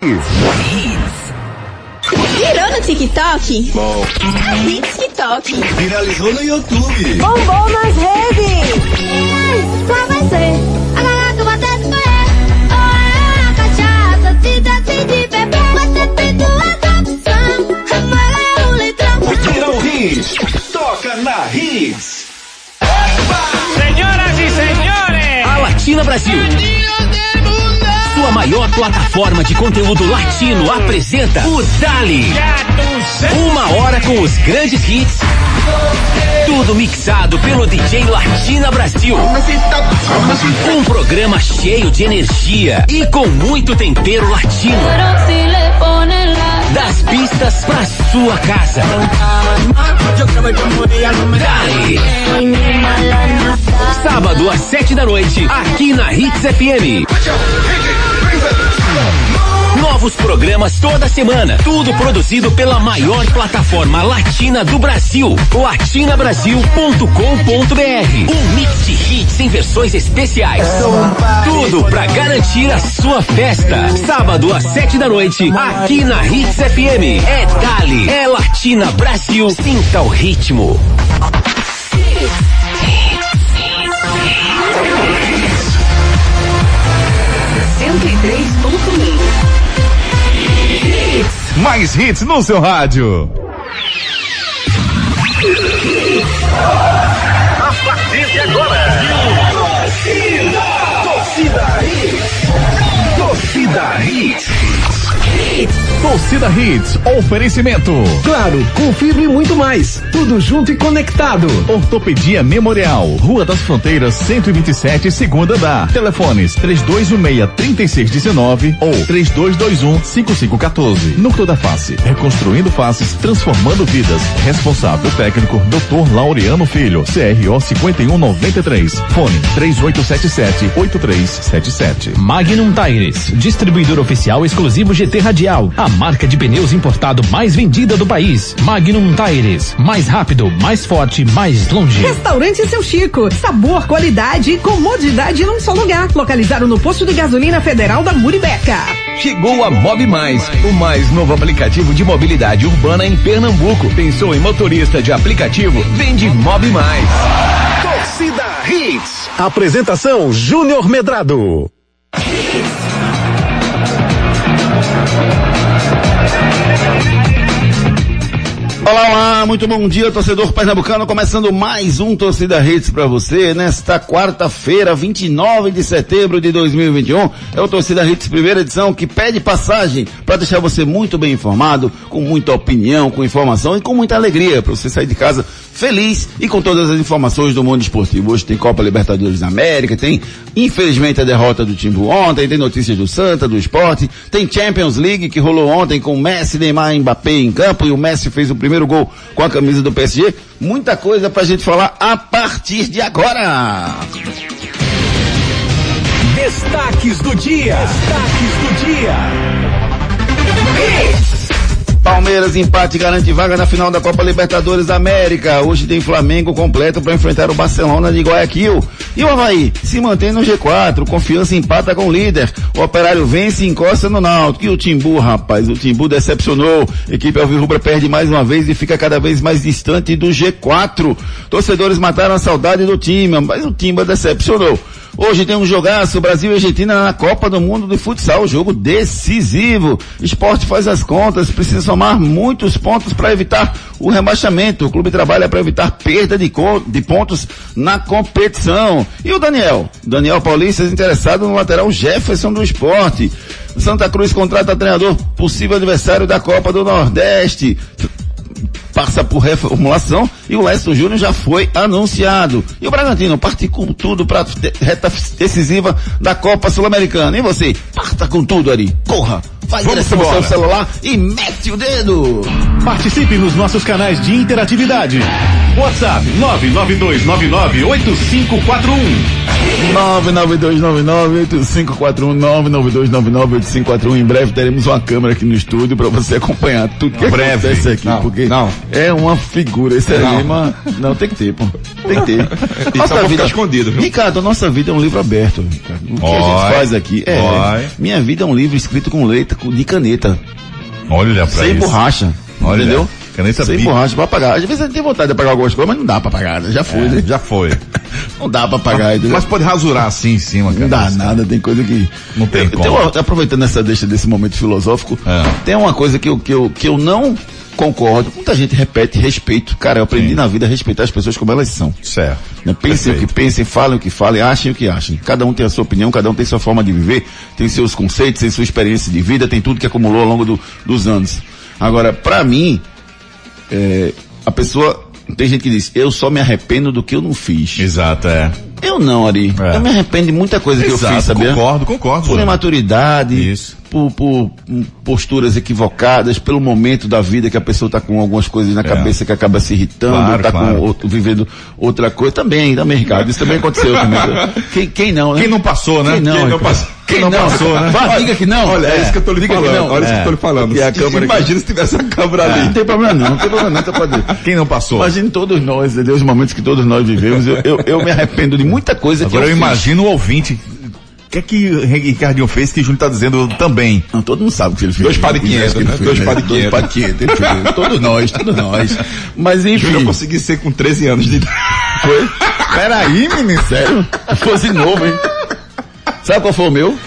Virou no TikTok? Bom. TikTok. Viralizou no YouTube. Bombou nas redes. Pra você, a galera que você escolher. Ou é a cachaça, te dá de beber. Você pediu a opção, amarga um litrão. Virou Hits. Toca na Hits. Senhoras e senhores, a Latina Brasil, sua maior plataforma de conteúdo latino, apresenta o Dali. 1 hora com os grandes hits, tudo mixado pelo DJ Latina Brasil. Um programa cheio de energia e com muito tempero latino. Das pistas pra sua casa. Dali. Sábado às 7 da noite, aqui na Hits FM. Novos programas toda semana, tudo produzido pela maior plataforma latina do Brasil, latinabrasil.com.br. Um mix de hits em versões especiais. Tudo pra garantir a sua festa. Sábado às 7 da noite, aqui na Hits FM. É Dali, é Latina Brasil, sinta o ritmo. 103.1. Mais hits no seu rádio. A partir de agora, Torcida Hits. Torcida Hits. Torcida Hits, oferecimento. Claro, com fibra e muito mais. Tudo junto e conectado. Ortopedia Memorial, Rua das Fronteiras, 127, segundo andar. Telefones 3216-3619 ou 3221-5514. Núcleo da Face, reconstruindo faces, transformando vidas. Responsável técnico, Dr. Laureano Filho, CRO 5193. Fone 3877-8377. Magnum Tires, distribuidor oficial exclusivo GT Radial, a marca de pneus importado mais vendida do país. Magnum Tires, mais rápido, mais forte, mais longe. Restaurante Seu Chico, sabor, qualidade e comodidade num só lugar. Localizado no posto de gasolina federal da Muribeca. Chegou a Mob Mais, o mais novo aplicativo de mobilidade urbana em Pernambuco. Pensou em motorista de aplicativo? Vem de Mob Mais. Torcida Hits. Apresentação Júnior Medrado. Olá, olá, muito bom dia, torcedor pernambucano, começando mais um Torcida Hits pra você, nesta quarta-feira, 29 de setembro de 2021, é o Torcida Hits primeira edição, que pede passagem para deixar você muito bem informado, com muita opinião, com informação e com muita alegria, para você sair de casa feliz e com todas as informações do mundo esportivo. Hoje tem Copa Libertadores da América, tem, infelizmente, a derrota do Timbu ontem, tem notícias do Santa, do Sport, tem Champions League, que rolou ontem com Messi, Neymar e Mbappé em campo, e o Messi fez o primeiro gol com a camisa do PSG. Muita coisa pra gente falar a partir de agora. Destaques do dia. Palmeiras empate garante vaga na final da Copa Libertadores da América. Hoje tem Flamengo completo para enfrentar o Barcelona de Guayaquil. E o Avaí se mantém no G4, Confiança empata com o líder. O Operário vence e encosta no Náutico. E o Timbu, rapaz, o Timbu decepcionou. A equipe alvirrubra perde mais uma vez e fica cada vez mais distante do G4. Torcedores mataram a saudade do time, mas o Timba decepcionou. Hoje tem um jogaço, Brasil e Argentina na Copa do Mundo de Futsal, jogo decisivo. Esporte faz as contas, precisa somar muitos pontos para evitar o rebaixamento. O clube trabalha para evitar perda de pontos na competição. E o Daniel Paulista interessado no lateral Jefferson do Esporte. Santa Cruz contrata treinador, possível adversário da Copa do Nordeste. Passa por reformulação e o Leston Júnior já foi anunciado. E o Bragantino parte com tudo para a reta decisiva da Copa Sul-Americana. E você? Parta com tudo, Ari. Corra, vai direção ao seu celular e mete o dedo. Participe nos nossos canais de interatividade. WhatsApp 992998541 992998541. Em breve teremos uma câmera aqui no estúdio para você acompanhar tudo que acontece aqui, porque é uma figura esse aí, mas não tem que ter, pô. Tem que ter. Nossa vida escondido, viu? Ricardo, a nossa vida é um livro aberto, Ricardo. O que a gente faz aqui minha vida é um livro escrito com letra, de caneta. Olha pra sem isso. borracha. Olha, entendeu? Caneta sem borracha pra apagar. Às vezes a gente tem vontade de apagar algumas coisas, mas não dá pra apagar, né? Já foi, né? Já foi. Não dá pra apagar. Mas pode rasurar assim em cima, cara. Não dá nada, tem coisa que... Não tem como. Aproveitando essa deixa desse momento filosófico, tem uma coisa que eu não concordo. Muita gente repete respeito. Cara, eu aprendi na vida a respeitar as pessoas como elas são. Certo. Pensem o que pensem, falem o que falem, achem o que achem. Cada um tem a sua opinião, cada um tem sua forma de viver, tem seus conceitos, tem sua experiência de vida, tem tudo que acumulou ao longo dos anos. Agora, pra mim, a pessoa, tem gente que diz, eu só me arrependo do que eu não fiz. Exato, Eu não, Ari. Eu me arrependo de muita coisa que eu fiz, sabia? Concordo. Por imaturidade, por posturas equivocadas, pelo momento da vida que a pessoa está com algumas coisas na cabeça que acaba se irritando, vivendo outra coisa. Também, Ricardo. Isso também aconteceu também. Quem não, né? Quem não passou, né? Quem não passou, né? Diga que não. Olha, é isso que eu tô lhe falando. Olha isso que eu tô lhe falando. Imagina se tivesse a câmera ali. Não tem problema não, Quem não passou? Imagine todos nós, entendeu? Os momentos que todos nós vivemos. Eu me arrependo de muita coisa. Agora eu imagino o ouvinte. O que é que o Ricardinho fez que o Júnior tá dizendo também? Não, todo mundo sabe o que ele fez. 2 para 500, né? 2 para 500. Todos nós. Mas enfim. Júnior consegui ser com 13 anos de idade. Foi? Peraí, menino, sério? Fosse novo, hein? Sabe qual foi o meu?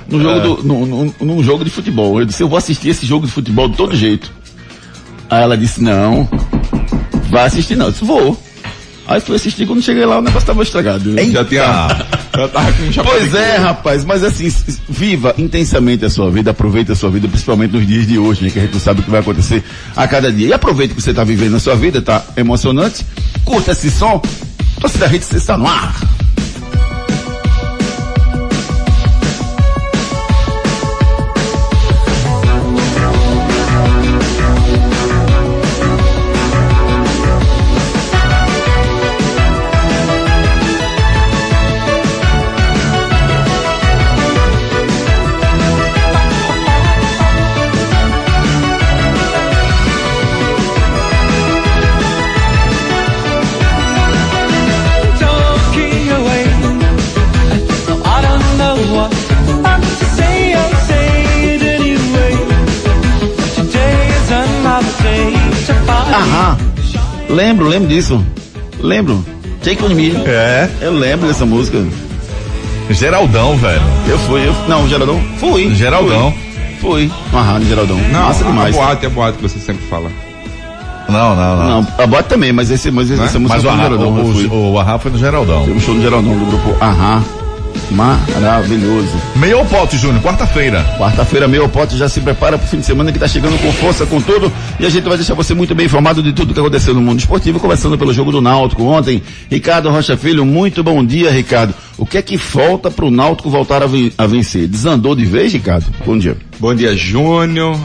Num jogo de futebol. Eu disse, eu vou assistir esse jogo de futebol de todo jeito. Aí ela disse, não, vai assistir não. Eu disse, vou. Aí fui assistir, quando cheguei lá o negócio estava estragado. Já tava com Pois rapaz, mas assim, viva intensamente a sua vida, aproveite a sua vida, principalmente nos dias de hoje, né, que a gente não sabe o que vai acontecer a cada dia. E aproveite que você está vivendo a sua vida, tá emocionante. Curta esse som. Torcida Hits está no ar. Lembro disso. Take On Me. Eu lembro dessa música. Geraldão, velho. Geraldão. Fui. Geraldão. Fui. Geraldão. Não, massa demais. É a boate que você sempre fala. Não, a boate também, mas essa música mas foi no Geraldão. O Ahá foi no Geraldão. Foi um show no Geraldão do grupo Ahá. Maravilhoso. Meio ao pote, Júnior, quarta-feira, meio ao pote, já se prepara pro fim de semana que tá chegando com força, com tudo, e a gente vai deixar você muito bem informado de tudo que aconteceu no mundo esportivo, começando pelo jogo do Náutico ontem. Ricardo Rocha Filho, muito bom dia, Ricardo. O que é que falta pro Náutico voltar a vencer? Desandou de vez, Ricardo? Bom dia. Bom dia, Júnior,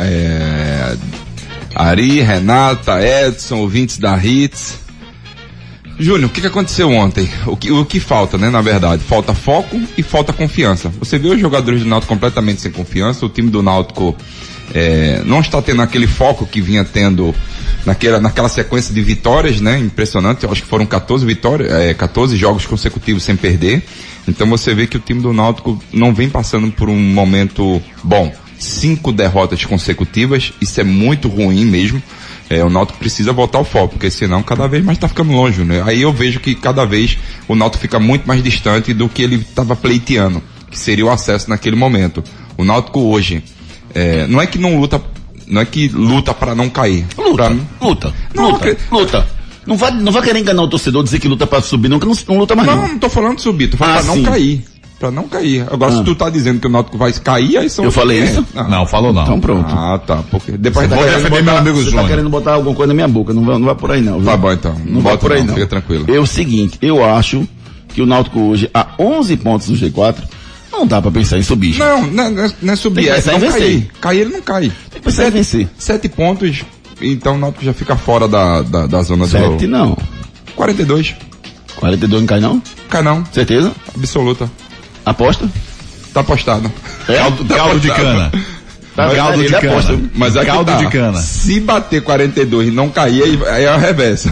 Ari, Renata, Edson, ouvintes da Hits. Júnior, o que aconteceu ontem? O que falta, né, na verdade? Falta foco e falta confiança. Você vê os jogadores do Náutico completamente sem confiança, o time do Náutico não está tendo aquele foco que vinha tendo naquela sequência de vitórias, né, impressionante. Eu acho que foram 14 vitórias, 14 jogos consecutivos sem perder. Então você vê que o time do Náutico não vem passando por um momento bom. 5 derrotas consecutivas, isso é muito ruim mesmo. O Náutico precisa voltar ao foco, porque senão cada vez mais está ficando longe, né? Aí eu vejo que cada vez o Náutico fica muito mais distante do que ele estava pleiteando, que seria o acesso naquele momento. O Náutico hoje, não é que luta para não cair. Luta. Não vai querer enganar o torcedor, dizer que luta para subir, não luta mais não. Não tô falando de subir, tô falando para não cair. Pra não cair. Agora, se tu tá dizendo que o Náutico vai cair, aí são... Eu falei isso? Não, falou não. Então pronto. Tá. Porque depois você tá querendo botar alguma coisa na minha boca. Não vai por aí não. Viu? Tá bom então. Não vai por aí não. Fica tranquilo. É o seguinte, eu acho que o Náutico hoje, a 11 pontos do G4, não dá pra pensar em subir. Não é subir. Tem que pensar em vencer. Cair ele não cai. Tem que pensar em vencer. 7 pontos... Então o Náutico já fica fora da zona 7 não. 42. 42 não cai não? Cai não. Certeza? Absoluta. Aposta? Tá apostado. Caldo de cana. Caldo de cana. Mas aqui caldo tá. de cana. Se bater 42 e não cair, aí é a reversa.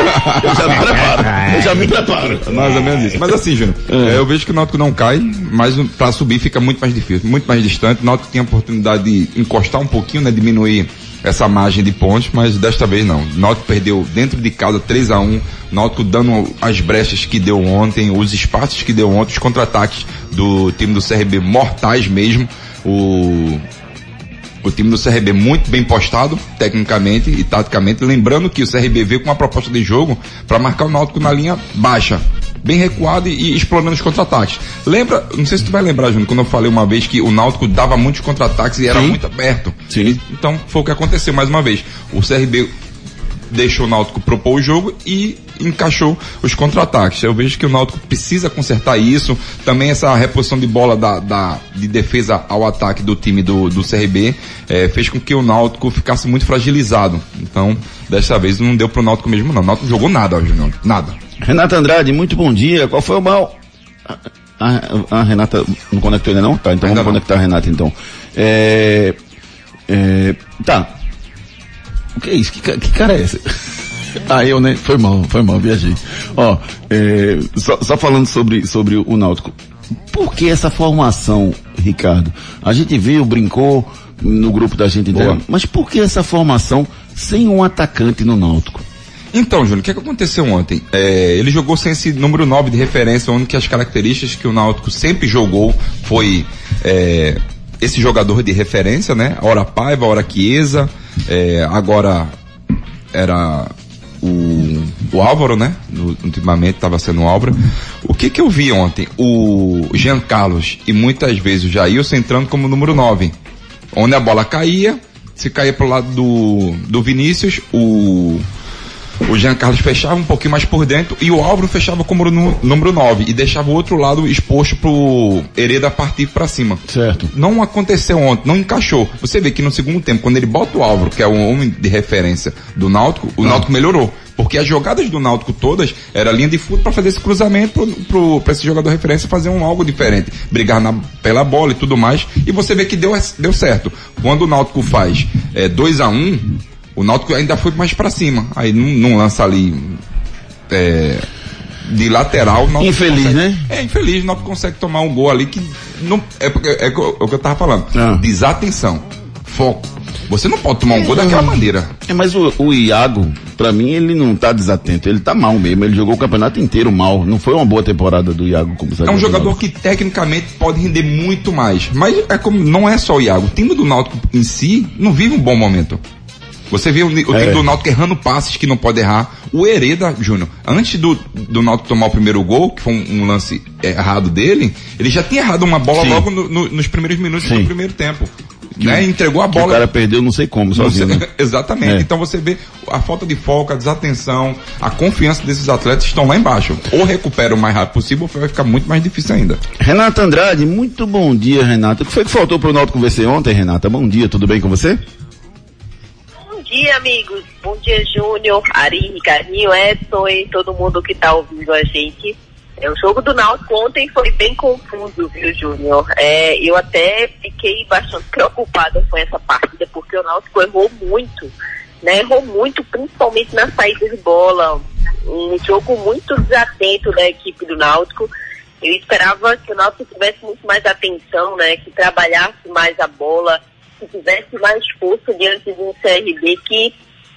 Eu já me preparo. Mais ou menos isso. Mas assim, Júnior, eu vejo que o Náutico não cai, mas pra subir fica muito mais difícil, muito mais distante. O Náutico tem a oportunidade de encostar um pouquinho, né, diminuir essa margem de pontos, mas desta vez não. O Náutico perdeu dentro de casa 3-1, o Náutico dando as brechas que deu ontem, os espaços que deu ontem, os contra-ataques do time do CRB mortais mesmo. O time do CRB muito bem postado, tecnicamente e taticamente, lembrando que o CRB veio com uma proposta de jogo para marcar o Náutico na linha baixa, bem recuado e explorando os contra-ataques. Lembra, não sei se tu vai lembrar, Júnior, quando eu falei uma vez que o Náutico dava muitos contra-ataques e era muito aberto. Sim. Então foi o que aconteceu mais uma vez. O CRB deixou o Náutico propor o jogo e encaixou os contra-ataques. Eu vejo que o Náutico precisa consertar isso. Também essa reposição de bola de defesa ao ataque do time do CRB fez com que o Náutico ficasse muito fragilizado. Então, dessa vez não deu pro Náutico mesmo não. O Náutico jogou nada hoje, não. Nada. Renata Andrade, muito bom dia. Qual foi o mal? A Renata não conectou ainda não? Tá, então ainda vamos conectar a Renata então. Tá. O que é isso? Que cara é esse? Eu, né? Foi mal, viajei. Ó, só falando sobre o Náutico. Por que essa formação, Ricardo? A gente viu, brincou no grupo da gente inteira, mas por que essa formação sem um atacante no Náutico? Então, Júnior, o que aconteceu ontem? Ele jogou sem esse número 9 de referência, onde que as características que o Náutico sempre jogou foi esse jogador de referência, né? Ora Paiva, ora Chiesa, agora era o Álvaro, né? Ultimamente estava sendo o Álvaro. O que eu vi ontem? O Jean Carlos e muitas vezes o Jailson entrando como número 9, onde a bola caía, se caía pro lado do Vinícius, o Jean Carlos fechava um pouquinho mais por dentro e o Álvaro fechava como número 9 e deixava o outro lado exposto pro Hereda partir pra cima. Certo. Não aconteceu ontem, não encaixou. Você vê que no segundo tempo, quando ele bota o Álvaro, que é o homem de referência do Náutico, o Náutico melhorou. Porque as jogadas do Náutico todas era linha de fundo para fazer esse cruzamento pra esse jogador de referência fazer algo diferente. Brigar pela bola e tudo mais. E você vê que deu certo. Quando o Náutico faz 2-1, o Náutico ainda foi mais pra cima. Aí não lança ali de lateral. Infeliz, consegue, né? Infeliz. O Náutico consegue tomar um gol ali que não é o que eu tava falando. Desatenção. Foco. Você não pode tomar um gol daquela maneira. Mas o Iago, pra mim, ele não tá desatento. Ele tá mal mesmo. Ele jogou o campeonato inteiro mal. Não foi uma boa temporada do Iago como zagueiro. É um jogador que tecnicamente pode render muito mais. Mas não é só o Iago. O time do Náutico em si não vive um bom momento. Você vê o time do Náutico errando passes que não pode errar. O Hereda, Júnior, antes do Náutico tomar o primeiro gol, que foi um lance errado dele, ele já tinha errado uma bola logo nos primeiros minutos do primeiro tempo. Né? Entregou a bola. O cara perdeu não sei como, sozinho. Né? Exatamente. Então você vê a falta de foco, a desatenção, a confiança desses atletas estão lá embaixo. Ou recupera o mais rápido possível, ou vai ficar muito mais difícil ainda. Renata Andrade, muito bom dia, Renata. O que foi que faltou pro Náutico vencer ontem, Renata? Bom dia, tudo bem com você? Bom dia, amigos. Bom dia, Júnior, Ari, Ricardinho, Edson e todo mundo que tá ouvindo a gente. O jogo do Náutico ontem foi bem confuso, viu, Júnior? Eu até fiquei bastante preocupada com essa partida, porque o Náutico errou muito, né? Errou muito, principalmente na saída de bola. Um jogo muito desatento da equipe do Náutico. Eu esperava que o Náutico tivesse muito mais atenção, né? Que trabalhasse mais a bola, que tivesse mais força diante de um CRB que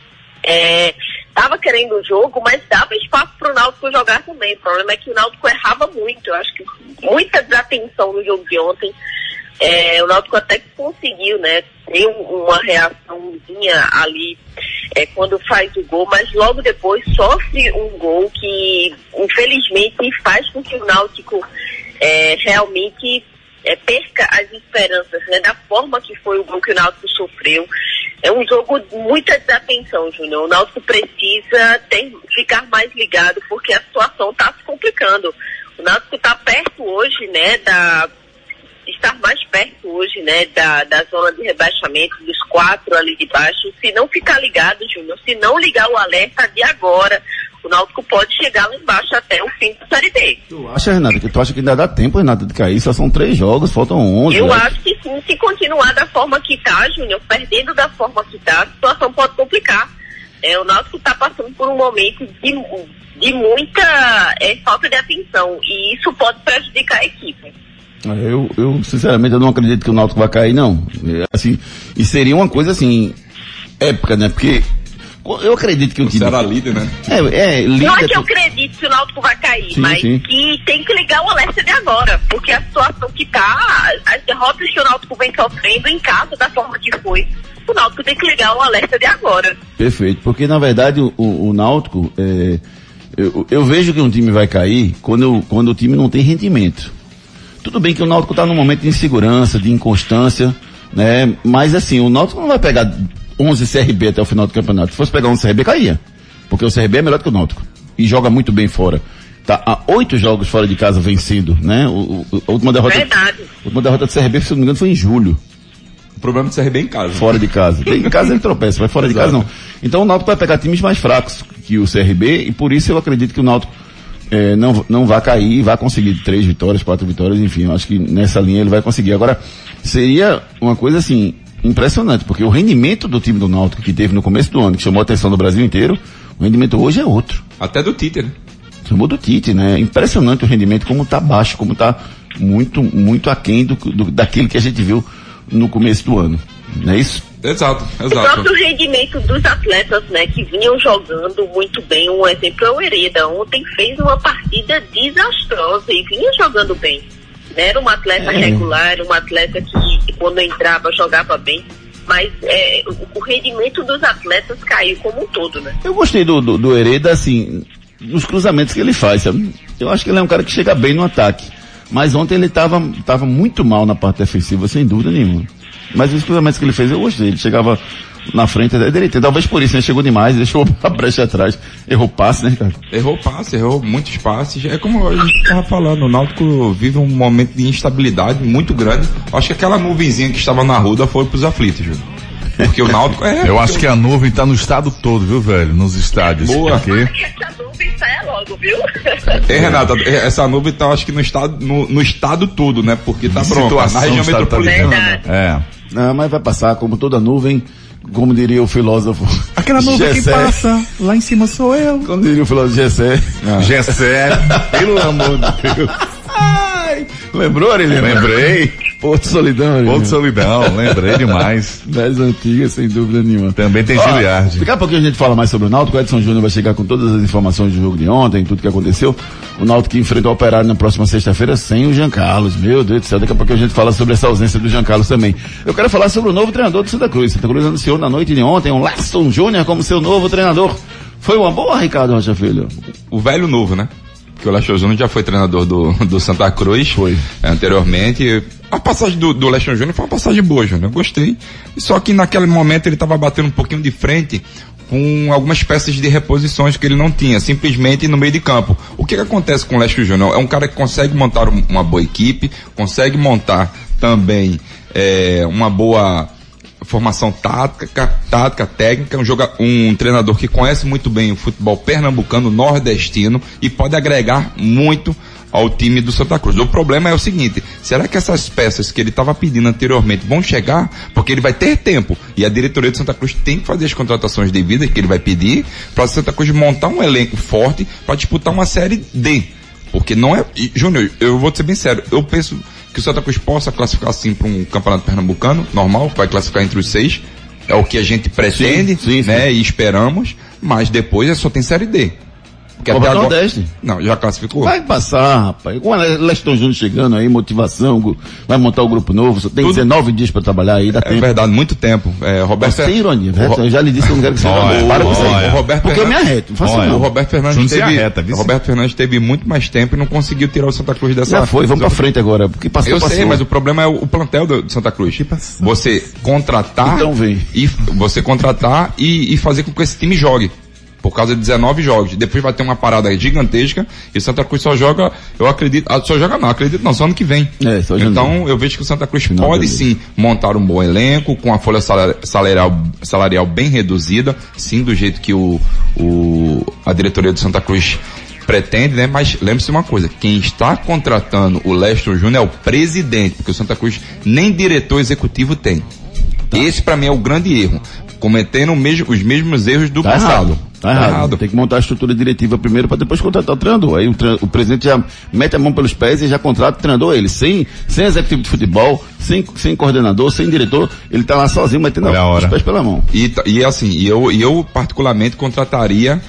estava querendo o jogo, mas dava espaço para o Náutico jogar também. O problema é que o Náutico errava muito. Eu acho que muita desatenção no jogo de ontem. O Náutico até que conseguiu, né, ter uma reaçãozinha ali quando faz o gol, mas logo depois sofre um gol que infelizmente faz com que o Náutico realmente perca as esperanças, né, da forma que foi o gol que o Náutico sofreu. É um jogo de muita desatenção, Júnior. O Náutico precisa ficar mais ligado, porque a situação está se complicando. O Náutico está perto hoje, né, estar mais perto perto hoje, né, da zona de rebaixamento, dos 4 ali de baixo. Se não ficar ligado, Júnior, se não ligar o alerta de agora, o Náutico pode chegar lá embaixo até o fim da Série B. Tu acha, Renata, tu acha que ainda dá tempo, Renata, de cair? Só são 3 jogos, faltam 11. Eu acho que sim, se continuar da forma que tá, Júnior, perdendo da forma que tá, a situação pode complicar. O Náutico está passando por um momento de muita falta de atenção, e isso pode prejudicar a equipe. Eu sinceramente, eu não acredito que o Náutico vai cair, não. Assim, e seria uma coisa, assim, épica, né? Porque eu acredito que o time... Será líder, né? Líder... Não é que eu acredito que o Náutico vai cair, sim, mas sim. que tem que ligar o alerta de agora, porque a situação que tá, as derrotas que o Náutico vem sofrendo em casa, da forma que foi, o Náutico tem que ligar o alerta de agora. Perfeito, porque na verdade o Náutico, eu vejo que um time vai cair quando o time não tem rendimento. Tudo bem que o Náutico está num momento de insegurança, de inconstância, né? Mas assim, o Náutico não vai pegar 11 CRB até o final do campeonato. Se fosse pegar um CRB, caía. Porque o CRB é melhor que o Náutico. E joga muito bem fora. Tá há 8 jogos fora de casa vencendo, né? A última derrota... Verdade. A última derrota do CRB, se não me engano, foi em julho. O problema do CRB é em casa. Fora de casa. Em casa ele tropeça, mas fora de casa não. Então o Náutico vai pegar times mais fracos que o CRB, e por isso eu acredito que o Náutico não vai cair, vai conseguir 3 vitórias, 4 vitórias, enfim, eu acho que nessa linha ele vai conseguir. Agora, seria uma coisa assim, impressionante, porque o rendimento do time do Náutico que teve no começo do ano, que chamou a atenção do Brasil inteiro, o rendimento hoje é outro. Até do Tite, né? Chamou do Tite, né? Impressionante o rendimento, como tá baixo, como tá muito, muito aquém daquilo que a gente viu no começo do ano, não é isso? Exato. O próprio rendimento dos atletas, né, que vinham jogando muito bem, um exemplo é o Hereda, ontem fez uma partida desastrosa e vinha jogando bem, né? Era um atleta regular, era um atleta que quando entrava jogava bem, mas o rendimento dos atletas caiu como um todo, né? Eu gostei do Hereda, assim, nos cruzamentos que ele faz, sabe? Eu acho que ele é um cara que chega bem no ataque. Mas ontem ele tava muito mal na parte defensiva, sem dúvida nenhuma. Mas os cruzamentos que ele fez, eu gostei. Ele chegava na frente da direita. Talvez por isso, né? Chegou demais, deixou a brecha atrás. Errou passe, né, cara? Errou passe, errou muitos passes. É como a gente estava falando, o Náutico vive um momento de instabilidade muito grande. Acho que aquela nuvenzinha que estava na Arruda foi pros aflitos, Júlio. Porque o Náutico Eu acho que a nuvem tá no estado todo, viu, velho? Nos estádios. Boa. Porque... Essa nuvem saia logo, viu? Renata, essa nuvem tá, acho que no estado todo, né? Porque tá pronto, na região metropolitana. Não, mas vai passar, como toda nuvem, como diria o filósofo. Aquela nuvem que passa, lá em cima sou eu. Como diria o filósofo Gessé. Gessé, pelo amor de Deus. Ai, lembrou, Aureliano? Lembrei. Porto Solidão, Aureliano. Porto Solidão, lembrei demais. Das antigas, sem dúvida nenhuma. Também tem Giliardi. Daqui a pouquinho a gente fala mais sobre o Náutico. O Edson Júnior vai chegar com todas as informações do jogo de ontem, tudo que aconteceu. O Náutico que enfrenta o Operário na próxima sexta-feira sem o Jean Carlos. Meu Deus do céu, daqui a pouquinho a gente fala sobre essa ausência do Jean Carlos também. Eu quero falar sobre o novo treinador do Santa Cruz. Santa Cruz anunciou na noite de ontem o Laston Júnior como seu novo treinador. Foi uma boa, Ricardo Rocha Filho? O velho novo, né? Porque o Laston Júnior já foi treinador do Santa Cruz. Foi. Anteriormente. A passagem do Laston Júnior foi uma passagem boa, Júnior. Eu gostei. Só que naquele momento ele estava batendo um pouquinho de frente com algumas peças de reposições que ele não tinha, simplesmente no meio de campo. O que acontece com o Laston Júnior? É um cara que consegue montar uma boa equipe, consegue montar também uma boa formação tática, técnica, um treinador que conhece muito bem o futebol pernambucano, nordestino, e pode agregar muito ao time do Santa Cruz. O problema é o seguinte: será que essas peças que ele estava pedindo anteriormente vão chegar? Porque ele vai ter tempo, e a diretoria do Santa Cruz tem que fazer as contratações devidas que ele vai pedir para o Santa Cruz montar um elenco forte para disputar uma Série D. Porque não é... Júnior, eu vou ser bem sério, eu penso que o Santa Cruz possa classificar assim para um campeonato pernambucano normal, vai classificar entre os 6, é o que a gente pretende, sim. E esperamos, mas depois só tem Série D. Copa do Nordeste. Não, já classificou? Vai passar, rapaz. Com o Laston Júnior chegando aí, motivação, vai montar o grupo novo, só tem 19 dias para trabalhar aí, dá tempo. É verdade, muito tempo. Roberto... Sem ironia, eu já lhe disse que eu não quero que você para com isso aí. Porque eu me arreto, não faço não. O Roberto Fernandes teve muito mais tempo e não conseguiu tirar o Santa Cruz dessa... Já foi, vamos pra frente agora, porque passou. Eu sei, mas o problema é o plantel do Santa Cruz. Você contratar... Então vem. Você contratar e fazer com que esse time jogue. por causa de 19 jogos. Depois vai ter uma parada gigantesca e o Santa Cruz só joga, acredito não, só ano que vem. Então eu vejo que o Santa Cruz pode sim montar um bom elenco, com a folha salarial bem reduzida, sim, do jeito que a diretoria do Santa Cruz pretende, né? Mas lembre-se uma coisa, quem está contratando o Leston Júnior é o presidente, porque o Santa Cruz nem diretor executivo tem. Esse pra mim é o grande erro, cometendo os mesmos erros do passado. Tá errado. Tem que montar a estrutura diretiva primeiro para depois contratar o treinador. Aí o presidente já mete a mão pelos pés e já contrata o treinador ele, sem executivo de futebol, sem coordenador, sem diretor, ele tá lá sozinho metendo os pés pela mão. Eu particularmente contrataria,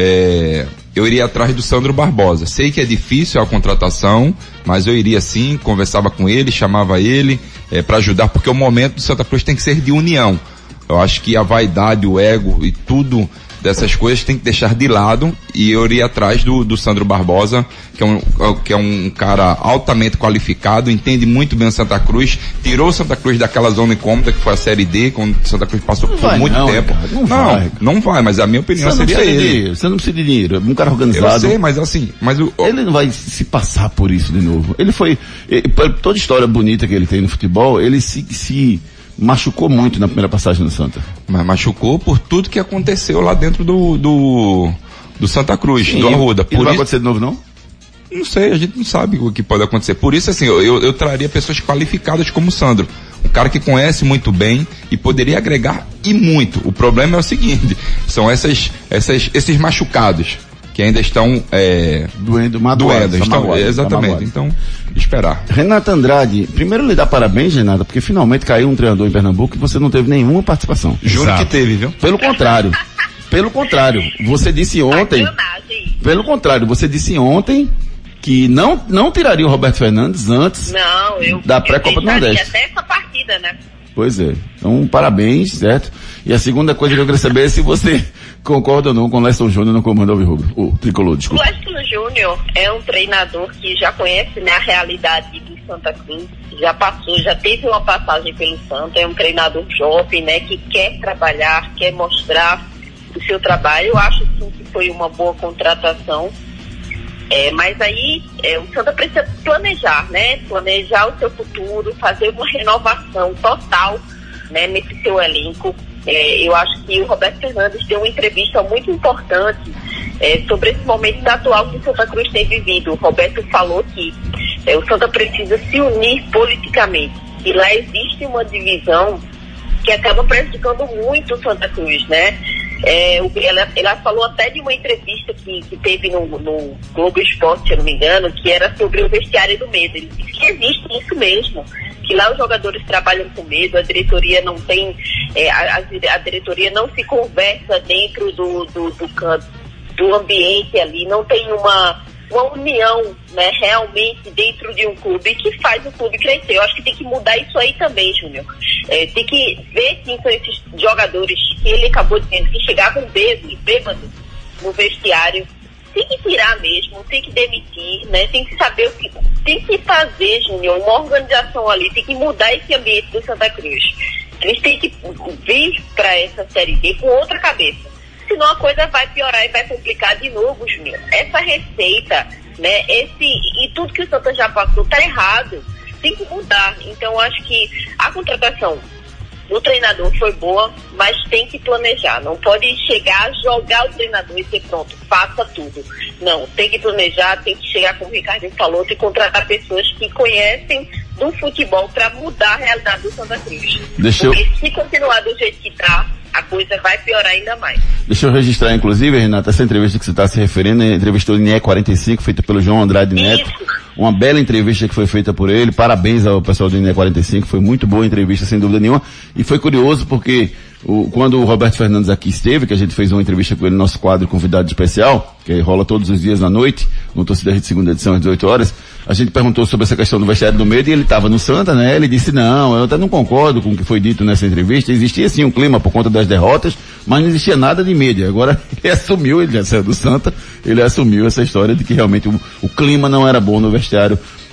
eu iria atrás do Sandro Barbosa. Sei que é difícil a contratação, mas eu iria sim, conversava com ele, chamava ele para ajudar, porque o momento do Santa Cruz tem que ser de união. Eu acho que a vaidade, o ego e tudo dessas coisas tem que deixar de lado, e eu iria atrás do Sandro Barbosa, que é um cara altamente qualificado, entende muito bem o Santa Cruz, tirou o Santa Cruz daquela zona incômoda que foi a Série D, quando o Santa Cruz passou por muito tempo. Não vai, mas a minha opinião seria ele. Você não precisa de dinheiro, é um cara organizado. Eu sei, mas assim, ele não vai se passar por isso de novo. Ele foi, toda história bonita que ele tem no futebol, ele se machucou muito na primeira passagem do Santa. Mas machucou por tudo que aconteceu lá dentro do Santa Cruz, do Arruda. Não vai acontecer de novo, não? Não sei, a gente não sabe o que pode acontecer. Por isso, assim, eu traria pessoas qualificadas como o Sandro. Um cara que conhece muito bem e poderia agregar e muito. O problema é o seguinte, são esses machucados que ainda estão doendo. Exatamente. Então, esperar. Renata Andrade, primeiro lhe dar parabéns, Renata, porque finalmente caiu um treinador em Pernambuco e você não teve nenhuma participação. Juro que teve, viu? Pelo contrário, você disse ontem. Você disse ontem que não tiraria o Roberto Fernandes antes da pré-Copa do Nordeste. Até essa partida, né? Pois é. Então, parabéns, certo? E a segunda coisa que eu queria saber é se você concorda ou não com o Leston Júnior no comando alvirrubro. O tricolor, desculpa. O Leston Júnior é um treinador que já conhece, né, a realidade do Santa Cruz, já teve uma passagem pelo Santa, é um treinador jovem, né, que quer trabalhar, quer mostrar o seu trabalho. Eu acho sim que foi uma boa contratação. Mas aí o Santa precisa planejar, né? Planejar o seu futuro, fazer uma renovação total, né, nesse seu elenco. Eu acho que o Roberto Fernandes deu uma entrevista muito importante sobre esse momento atual que o Santa Cruz tem vivido. O Roberto falou que o Santa precisa se unir politicamente. E lá existe uma divisão que acaba prejudicando muito o Santa Cruz, né? Ela falou até de uma entrevista que teve no Globo Esporte, se eu não me engano, que era sobre o vestiário do medo. Ele disse que existe isso mesmo, que lá os jogadores trabalham com medo, a diretoria não tem, a diretoria não se conversa dentro do ambiente ali, não tem uma união, né, realmente dentro de um clube que faz o clube crescer. Eu acho que tem que mudar isso aí também, Júnior. Tem que ver quem são esses jogadores que ele acabou dizendo que chegavam bêbados no vestiário. Tem que tirar mesmo, tem que demitir, né? Tem que saber o que tem que fazer, Júnior, uma organização ali, tem que mudar esse ambiente do Santa Cruz. Eles têm que vir para essa Série D com outra cabeça. Senão a coisa vai piorar e vai complicar de novo, Júnior. Essa receita, né, e tudo que o Santa já passou tá errado, tem que mudar. Então acho que a contratação do treinador foi boa, mas tem que planejar. Não pode chegar, jogar o treinador e ser pronto, faça tudo. Não, tem que planejar, tem que chegar, como o Ricardinho falou, tem que contratar pessoas que conhecem do futebol para mudar a realidade do Santa Cruz. Porque se continuar do jeito que tá, a coisa vai piorar ainda mais. Deixa eu registrar, inclusive, Renata, essa entrevista que você está se referindo, entrevistou o NE 45, feita pelo João Andrade Neto. Uma bela entrevista que foi feita por ele. Parabéns ao pessoal do NE 45, foi muito boa a entrevista, sem dúvida nenhuma. E foi curioso porque quando o Roberto Fernandes aqui esteve, que a gente fez uma entrevista com ele no nosso quadro Convidado Especial, que rola todos os dias à noite, no Torcida Rede segunda edição às 18 horas, a gente perguntou sobre essa questão do vestiário do medo e ele estava no Santa, né? Ele disse, não, eu até não concordo com o que foi dito nessa entrevista. Existia sim um clima por conta das derrotas, mas não existia nada de medo. Agora ele já saiu do Santa, ele assumiu essa história de que realmente o clima não era bom no vestiário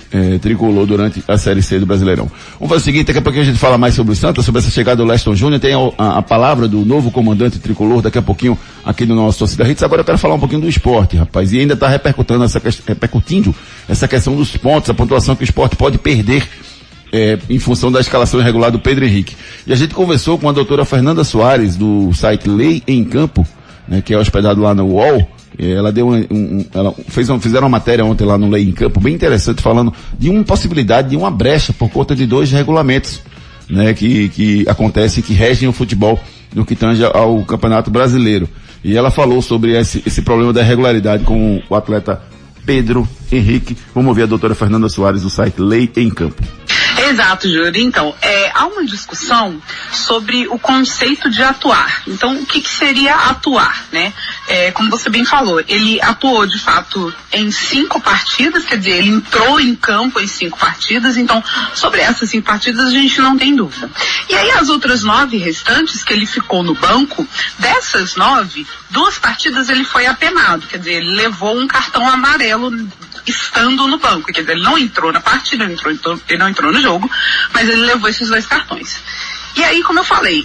tricolor durante a Série C do Brasileirão. Vamos fazer o seguinte, daqui a pouquinho a gente fala mais sobre o Santa, sobre essa chegada do Leston Júnior, tem a palavra do novo comandante tricolor daqui a pouquinho aqui no nosso Torcida Hits. Agora eu quero falar um pouquinho do esporte, rapaz, e ainda está repercutindo essa questão dos pontos, a pontuação que o esporte pode perder em função da escalação irregular do Pedro Henrique. E a gente conversou com a doutora Fernanda Soares, do site Lei em Campo, né, que é hospedado lá no UOL. Ela deu fizeram uma matéria ontem lá no Lei em Campo, bem interessante, falando de uma possibilidade de uma brecha por conta de 2 regulamentos, né, que acontecem, que regem o futebol no que tange ao Campeonato Brasileiro. E ela falou sobre esse problema da irregularidade com o atleta Pedro Henrique. Vamos ouvir a doutora Fernanda Soares do site Lei em Campo. Exato, Júlio. Então, há uma discussão sobre o conceito de atuar. Então, o que seria atuar, né? Como você bem falou, ele atuou, de fato, em 5 partidas, quer dizer, ele entrou em campo em 5 partidas, então, sobre essas 5 partidas a gente não tem dúvida. E aí, as outras 9 restantes, que ele ficou no banco, dessas 9, 2 partidas ele foi apenado, quer dizer, ele levou um cartão amarelo estando no banco, quer dizer, ele não entrou na partida, ele não entrou no jogo, mas ele levou esses 2 cartões. E aí, como eu falei,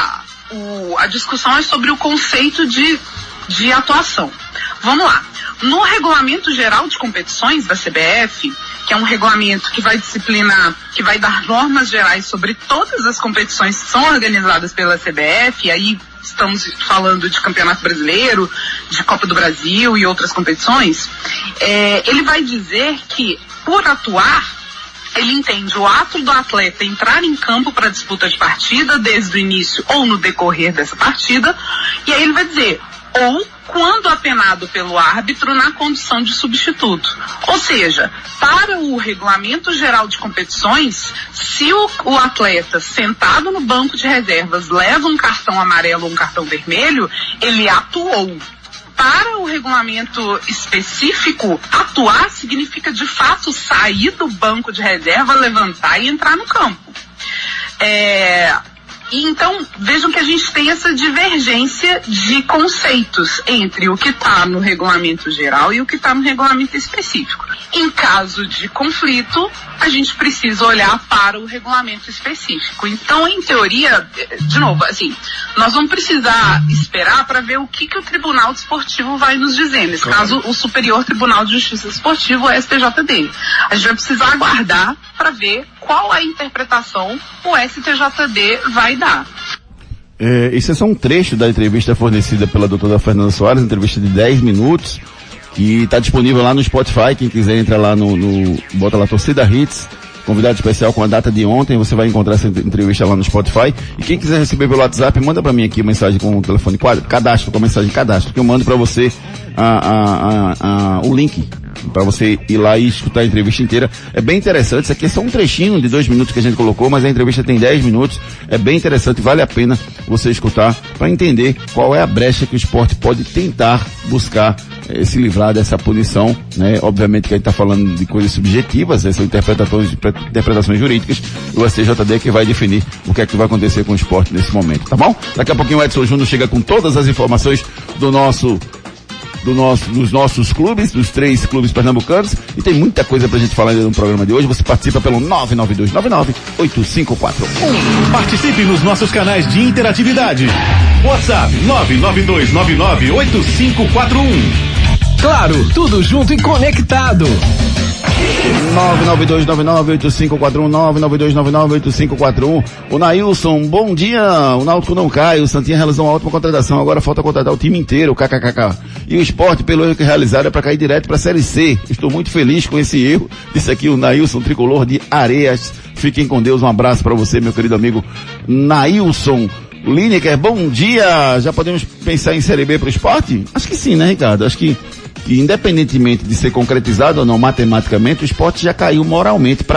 a discussão é sobre o conceito de atuação. Vamos lá. No Regulamento Geral de Competições da CBF, que é um regulamento que vai disciplinar, que vai dar normas gerais sobre todas as competições que são organizadas pela CBF, e aí estamos falando de Campeonato Brasileiro, de Copa do Brasil e outras competições, ele vai dizer que, por atuar, ele entende o ato do atleta entrar em campo para disputa de partida, desde o início ou no decorrer dessa partida, e aí ele vai dizer, ou quando apenado pelo árbitro na condição de substituto. Ou seja, para o Regulamento Geral de Competições, se o atleta sentado no banco de reservas leva um cartão amarelo ou um cartão vermelho, ele atuou. Para o regulamento específico, atuar significa de fato sair do banco de reserva, levantar e entrar no campo. E então, vejam que a gente tem essa divergência de conceitos entre o que está no regulamento geral e o que está no regulamento específico. Em caso de conflito, a gente precisa olhar para o regulamento específico. Então, em teoria, de novo, assim, nós vamos precisar esperar para ver o que o Tribunal Desportivo vai nos dizer. Nesse caso, o Superior Tribunal de Justiça Desportivo, o STJD. A gente vai precisar aguardar para ver qual a interpretação o STJD vai dar. Esse é só um trecho da entrevista fornecida pela doutora Fernanda Soares, entrevista de 10 minutos, que está disponível lá no Spotify. Quem quiser entra lá bota lá Torcida Hits, convidado especial com a data de ontem, você vai encontrar essa entrevista lá no Spotify. E quem quiser receber pelo WhatsApp, manda para mim aqui uma mensagem com o telefone cadastro, com a mensagem cadastro, que eu mando para você o link para você ir lá e escutar a entrevista inteira. É bem interessante, isso aqui é só um trechinho de 2 minutos que a gente colocou, mas a entrevista tem 10 minutos, é bem interessante, vale a pena você escutar para entender qual é a brecha que o esporte pode tentar buscar se livrar dessa punição, né? Obviamente que a gente está falando de coisas subjetivas, são interpretações jurídicas, e o STJD que vai definir o que é que vai acontecer com o esporte nesse momento, tá bom? Daqui a pouquinho o Edson Júnior chega com todas as informações dos nossos clubes, dos 3 clubes pernambucanos, e tem muita coisa pra gente falar ainda no programa de hoje. Você participa pelo 992998541. Participe nos nossos canais de interatividade. WhatsApp 992998541. Claro, tudo junto e conectado. 992998541, 992998541. O Nailson, bom dia. O Náutico não cai, o Santinha realizou uma ótima contratação, agora falta contratar o time inteiro, kkkk. E o esporte, pelo erro que realizaram, é para cair direto para a Série C. Estou muito feliz com esse erro. Disse aqui o Nailson, tricolor de Areias. Fiquem com Deus, um abraço para você, meu querido amigo Nailson. Lineker, bom dia. Já podemos pensar em Série B para o esporte? Acho que sim, né, Ricardo? Acho que independentemente de ser concretizado ou não matematicamente, o esporte já caiu moralmente, para mim,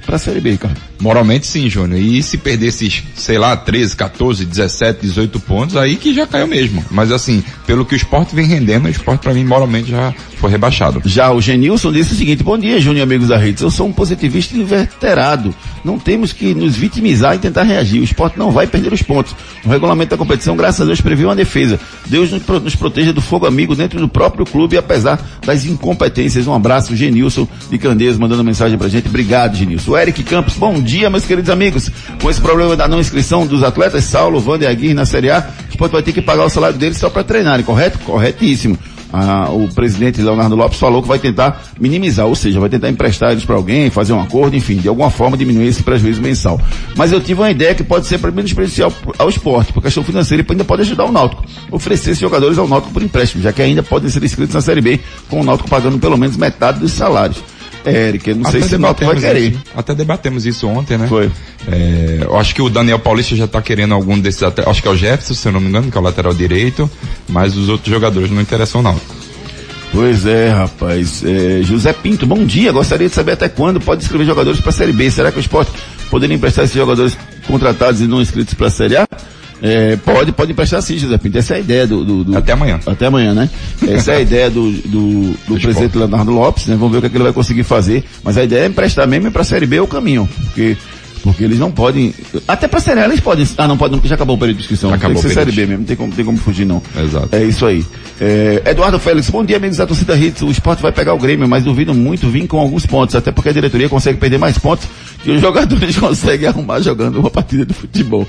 para a Série B, cara. Moralmente sim, Júnior. E se perder esses, sei lá, 13, 14, 17, 18 pontos, aí que já caiu mesmo. Mas assim, pelo que o Sport vem rendendo, o Sport pra mim moralmente já foi rebaixado. Já o Genilson disse o seguinte: bom dia, Júnior, amigos da rede. Eu sou um positivista inveterado. Não temos que nos vitimizar e tentar reagir. O Sport não vai perder os pontos. O regulamento da competição, graças a Deus, previu uma defesa. Deus nos proteja do fogo amigo dentro do próprio clube, apesar das incompetências. Um abraço, Genilson de Candeias, mandando mensagem pra gente. Obrigado, Genilson. O Eric Campos, bom dia, meus queridos amigos. Com esse problema da não inscrição dos atletas, Saulo, Wander e Aguirre na Série A, o Sport vai ter que pagar o salário deles só para treinarem, correto? Corretíssimo. O presidente Leonardo Lopes falou que vai tentar minimizar, ou seja, vai tentar emprestar eles para alguém, fazer um acordo, enfim, de alguma forma diminuir esse prejuízo mensal. Mas eu tive uma ideia que pode ser menos prejudicial ao esporte, por questão financeira, e ainda pode ajudar o Náutico, oferecer esses jogadores ao Náutico por empréstimo, já que ainda podem ser inscritos na Série B, com o Náutico pagando pelo menos metade dos salários. Eric, eu não sei se o Náutico vai querer. Isso. Até debatemos isso ontem, né? Foi. Eu acho que o Daniel Paulista já tá querendo algum desses, acho que é o Jefferson, se eu não me engano, que é o lateral direito, mas os outros jogadores não interessam não. Pois é, rapaz. José Pinto, bom dia. Gostaria de saber até quando pode inscrever jogadores para a Série B. Será que o Sport poderia emprestar esses jogadores contratados e não inscritos para a Série A? Pode emprestar sim, José Pinto. Essa é a ideia do Até amanhã. Até amanhã, né? Essa é a ideia do presidente Leonardo Lopes, né? Vamos ver o que ele vai conseguir fazer. Mas a ideia é emprestar mesmo para a Série B o caminho. Porque eles não podem, até pra Série A eles podem, não pode, já acabou o período de inscrição, tem que ser Série B mesmo, não tem como fugir não. Exato. É isso aí. Eduardo Félix, bom dia amigos da torcida Hits, o Sport vai pegar o Grêmio, mas duvido muito vir com alguns pontos, até porque a diretoria consegue perder mais pontos que os jogadores conseguem arrumar jogando uma partida de futebol.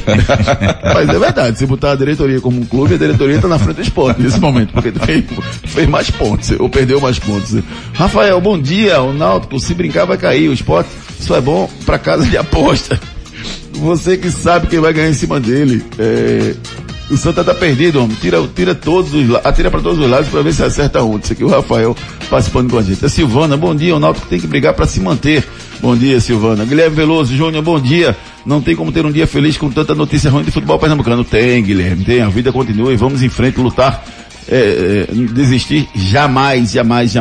Mas é verdade, se botar a diretoria como um clube, a diretoria tá na frente do Sport nesse momento, porque fez mais pontos, ou perdeu mais pontos. Rafael, bom dia, o Náutico, se brincar vai cair, o Sport só é bom pra casa de aposta. Você que sabe quem vai ganhar em cima dele. O Santa tá perdido, homem. Atira pra todos os lados pra ver se acerta onde. Isso aqui é o Rafael participando com a gente. A Silvana, bom dia. O Náutico tem que brigar pra se manter. Bom dia, Silvana. Guilherme Veloso Júnior, bom dia. Não tem como ter um dia feliz com tanta notícia ruim de futebol pernambucano. Tem, Guilherme, tem. A vida continua e vamos em frente, lutar. Desistir jamais.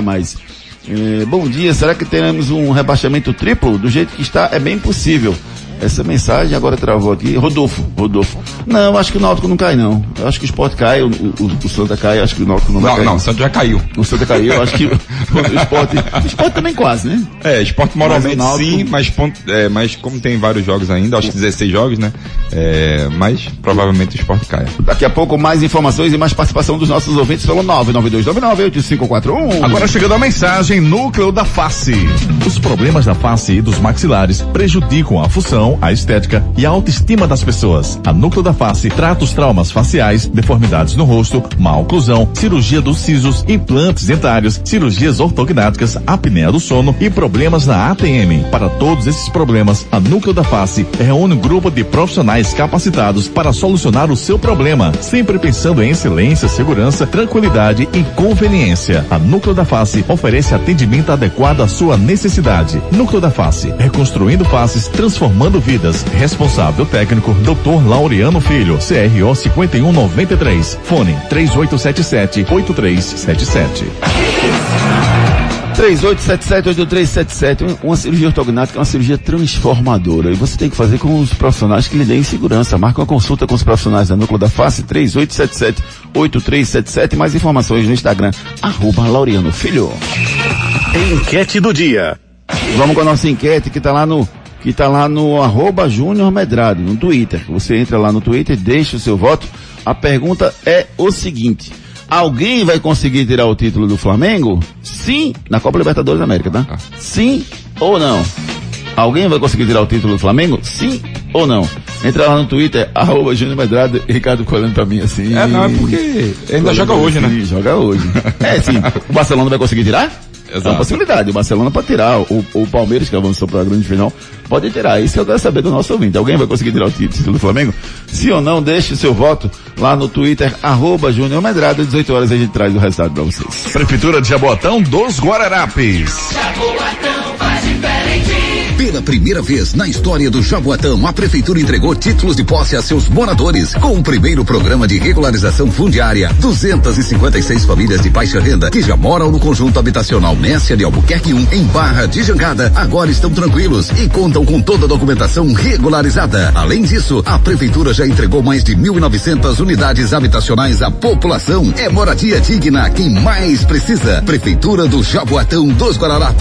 Bom dia, será que teremos um rebaixamento triplo? Do jeito que está, é bem possível. Essa mensagem agora travou aqui. Rodolfo. Não, acho que o Náutico não cai, não. Eu acho que o Sport cai, o Santa cai, acho que o Náutico não vai cair. Não, o Santa já caiu. O Santa caiu, eu acho que o Sport também quase, né? Sport moralmente Náutico, sim, mas como tem vários jogos ainda, acho que 16 jogos, né? Mas provavelmente o Sport cai. Daqui a pouco mais informações e mais participação dos nossos ouvintes pelo 992998541. Agora chegando a mensagem Núcleo da Face. Os problemas da face e dos maxilares prejudicam a função, a estética e a autoestima das pessoas. A Núcleo da Face trata os traumas faciais, deformidades no rosto, má oclusão, cirurgia dos sisos, implantes dentários, cirurgias ortognáticas, apneia do sono e problemas na ATM. Para todos esses problemas, a Núcleo da Face reúne um grupo de profissionais capacitados para solucionar o seu problema, sempre pensando em excelência, segurança, tranquilidade e conveniência. A Núcleo da Face oferece atendimento adequado à sua necessidade. Núcleo da Face, reconstruindo faces, transformando vidas. Responsável técnico, Dr. Laureano Filho, CRO 5193. Fone 3877-8377. 3877-8377. Uma cirurgia ortognática é uma cirurgia transformadora e você tem que fazer com os profissionais que lhe deem segurança. Marca uma consulta com os profissionais da Núcleo da Face, 3877-8377. Mais informações no Instagram, @Laureano Filho. Enquete do dia. Vamos com a nossa enquete que tá lá no @Júnior Medrado, no Twitter. Você entra lá no Twitter, deixa o seu voto. A pergunta é o seguinte: alguém vai conseguir tirar o título do Flamengo? Sim, na Copa Libertadores da América, tá? Sim ou não? Alguém vai conseguir tirar o título do Flamengo? Sim ou não? Entra lá no Twitter, @Júnior Medrado, Ricardo olhando pra mim assim. Não, é porque ainda joga hoje, né? Joga hoje. Sim. O Barcelona vai conseguir tirar? Exato. É uma possibilidade, o Barcelona pode tirar, o Palmeiras, que avançou para a grande final, pode tirar. Isso eu quero saber do nosso ouvinte. Alguém vai conseguir tirar o título do Flamengo? Sim ou não? Deixe o seu voto lá no Twitter, @Júnior Medrado. 18 horas a gente traz o resultado para vocês. Prefeitura de Jaboatão dos Guararapes. Jaboatão faz diferente. Pela primeira vez na história do Jaboatão, a prefeitura entregou títulos de posse a seus moradores. Com o primeiro programa de regularização fundiária, 256 famílias de baixa renda que já moram no conjunto habitacional Messia de Albuquerque 1, em Barra de Jangada, agora estão tranquilos e contam com toda a documentação regularizada. Além disso, a prefeitura já entregou mais de 1.900 unidades habitacionais à população. É moradia digna quem mais precisa. Prefeitura do Jaboatão dos Guararapes.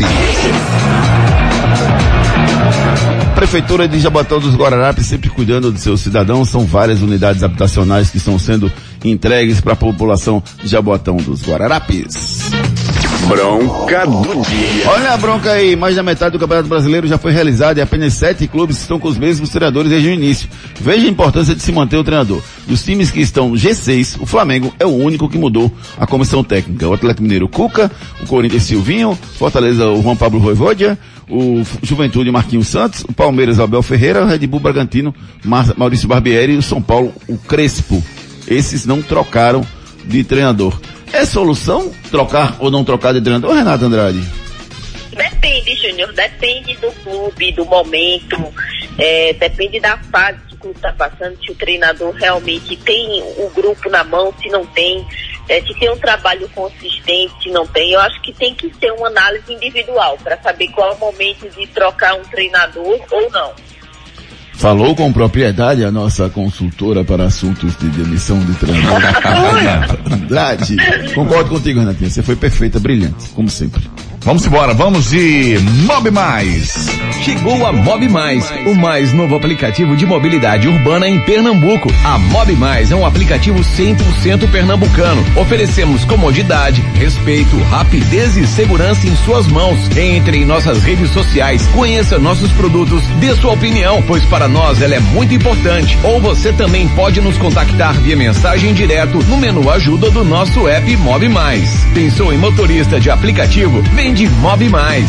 Prefeitura de Jaboatão dos Guararapes, sempre cuidando de seus cidadãos. São várias unidades habitacionais que estão sendo entregues para a população de Jaboatão dos Guararapes. Bronca do dia. Olha a bronca aí, mais da metade do Campeonato Brasileiro já foi realizado e apenas 7 clubes estão com os mesmos treinadores desde o início. Veja a importância de se manter o treinador. Dos times que estão no G6, o Flamengo é o único que mudou a comissão técnica. O Atlético Mineiro, Cuca, o Corinthians, Silvinho, Fortaleza, o Juan Pablo Voivoda, o Juventude, Marquinhos Santos, o Palmeiras, Abel Ferreira, o Red Bull Bragantino, Maurício Barbieri e o São Paulo, o Crespo. Esses não trocaram de treinador. É solução trocar ou não trocar de treinador, Renato Andrade? Depende, Júnior, depende do clube, do momento, depende da fase que o clube está passando, se o treinador realmente tem o grupo na mão, se não tem, se tem um trabalho consistente, se não tem. Eu acho que tem que ser uma análise individual para saber qual é o momento de trocar um treinador ou não. Falou com propriedade a nossa consultora para assuntos de demissão de treinador. Andrade. Concordo contigo, Renatinha. Você foi perfeita, brilhante, como sempre. Vamos embora, vamos de Mob Mais. Chegou a Mob Mais, o mais novo aplicativo de mobilidade urbana em Pernambuco. A Mob Mais é um aplicativo 100% pernambucano. Oferecemos comodidade, respeito, rapidez e segurança em suas mãos. Entre em nossas redes sociais, conheça nossos produtos, dê sua opinião, pois para nós ela é muito importante. Ou você também pode nos contactar via mensagem direto no menu ajuda do nosso app Mob Mais. Pensou em motorista de aplicativo? Vem de Mob Mais.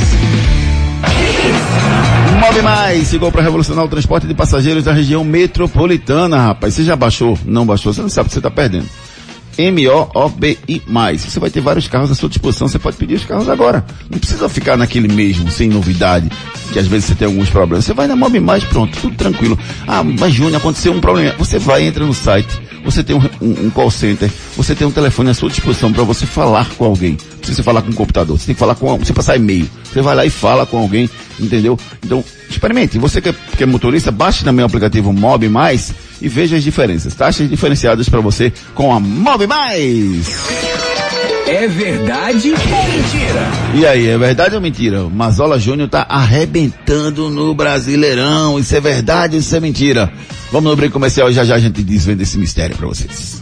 Mob Mais chegou para revolucionar o transporte de passageiros da região metropolitana, rapaz. Você já baixou? Não baixou? Você não sabe o que você está perdendo. MOBI+. Você vai ter vários carros à sua disposição, você pode pedir os carros agora. Não precisa ficar naquele mesmo, sem novidade, que às vezes você tem alguns problemas. Você vai na MOBI+, pronto, tudo tranquilo. Ah, mas Júnior, aconteceu um problema. Você vai, entra no site, você tem um call center, você tem um telefone à sua disposição para você falar com alguém. Não precisa falar com o computador, você tem que falar com, você passar e-mail. Você vai lá e fala com alguém, entendeu? Então, experimente. Você que é motorista, baixe também o aplicativo MOB+, e veja as diferenças. Taxas diferenciadas para você com a MOB+. É verdade ou mentira? E aí, é verdade ou mentira? O Mazola Júnior tá arrebentando no Brasileirão. Isso é verdade ou isso é mentira? Vamos no break comercial e já a gente desvenda esse mistério para vocês.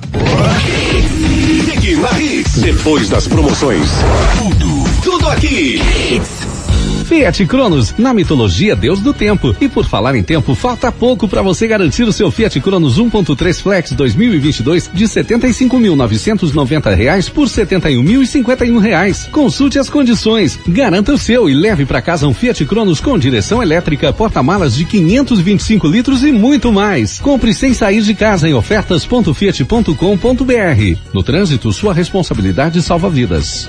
Depois das promoções, tudo aqui. Fiat Cronos, na mitologia Deus do Tempo. E por falar em tempo, falta pouco para você garantir o seu Fiat Cronos 1.3 Flex 2022 de R$71.990 por R$71.051. Consulte as condições, garanta o seu e leve para casa um Fiat Cronos com direção elétrica, porta-malas de 525 litros e muito mais. Compre sem sair de casa em ofertas.fiat.com.br. No trânsito, sua responsabilidade salva vidas.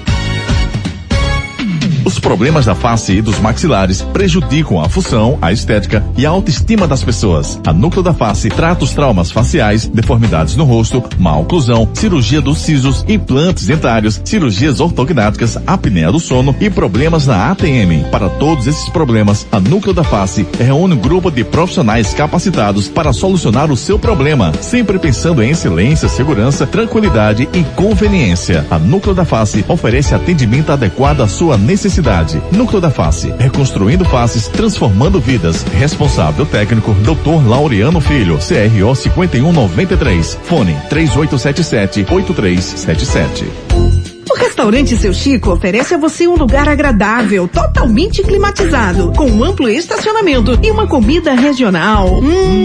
Os problemas da face e dos maxilares prejudicam a função, a estética e a autoestima das pessoas. A Núcleo da Face trata os traumas faciais, deformidades no rosto, má oclusão, cirurgia dos sisos, implantes dentários, cirurgias ortognáticas, apneia do sono e problemas na ATM. Para todos esses problemas, a Núcleo da Face reúne um grupo de profissionais capacitados para solucionar o seu problema, sempre pensando em excelência, segurança, tranquilidade e conveniência. A Núcleo da Face oferece atendimento adequado à sua necessidade. Núcleo da Face, reconstruindo faces, transformando vidas. Responsável técnico, Dr. Laureano Filho, CRO 5193. Fone 3877-8377. O restaurante Seu Chico oferece a você um lugar agradável, totalmente climatizado, com um amplo estacionamento e uma comida regional.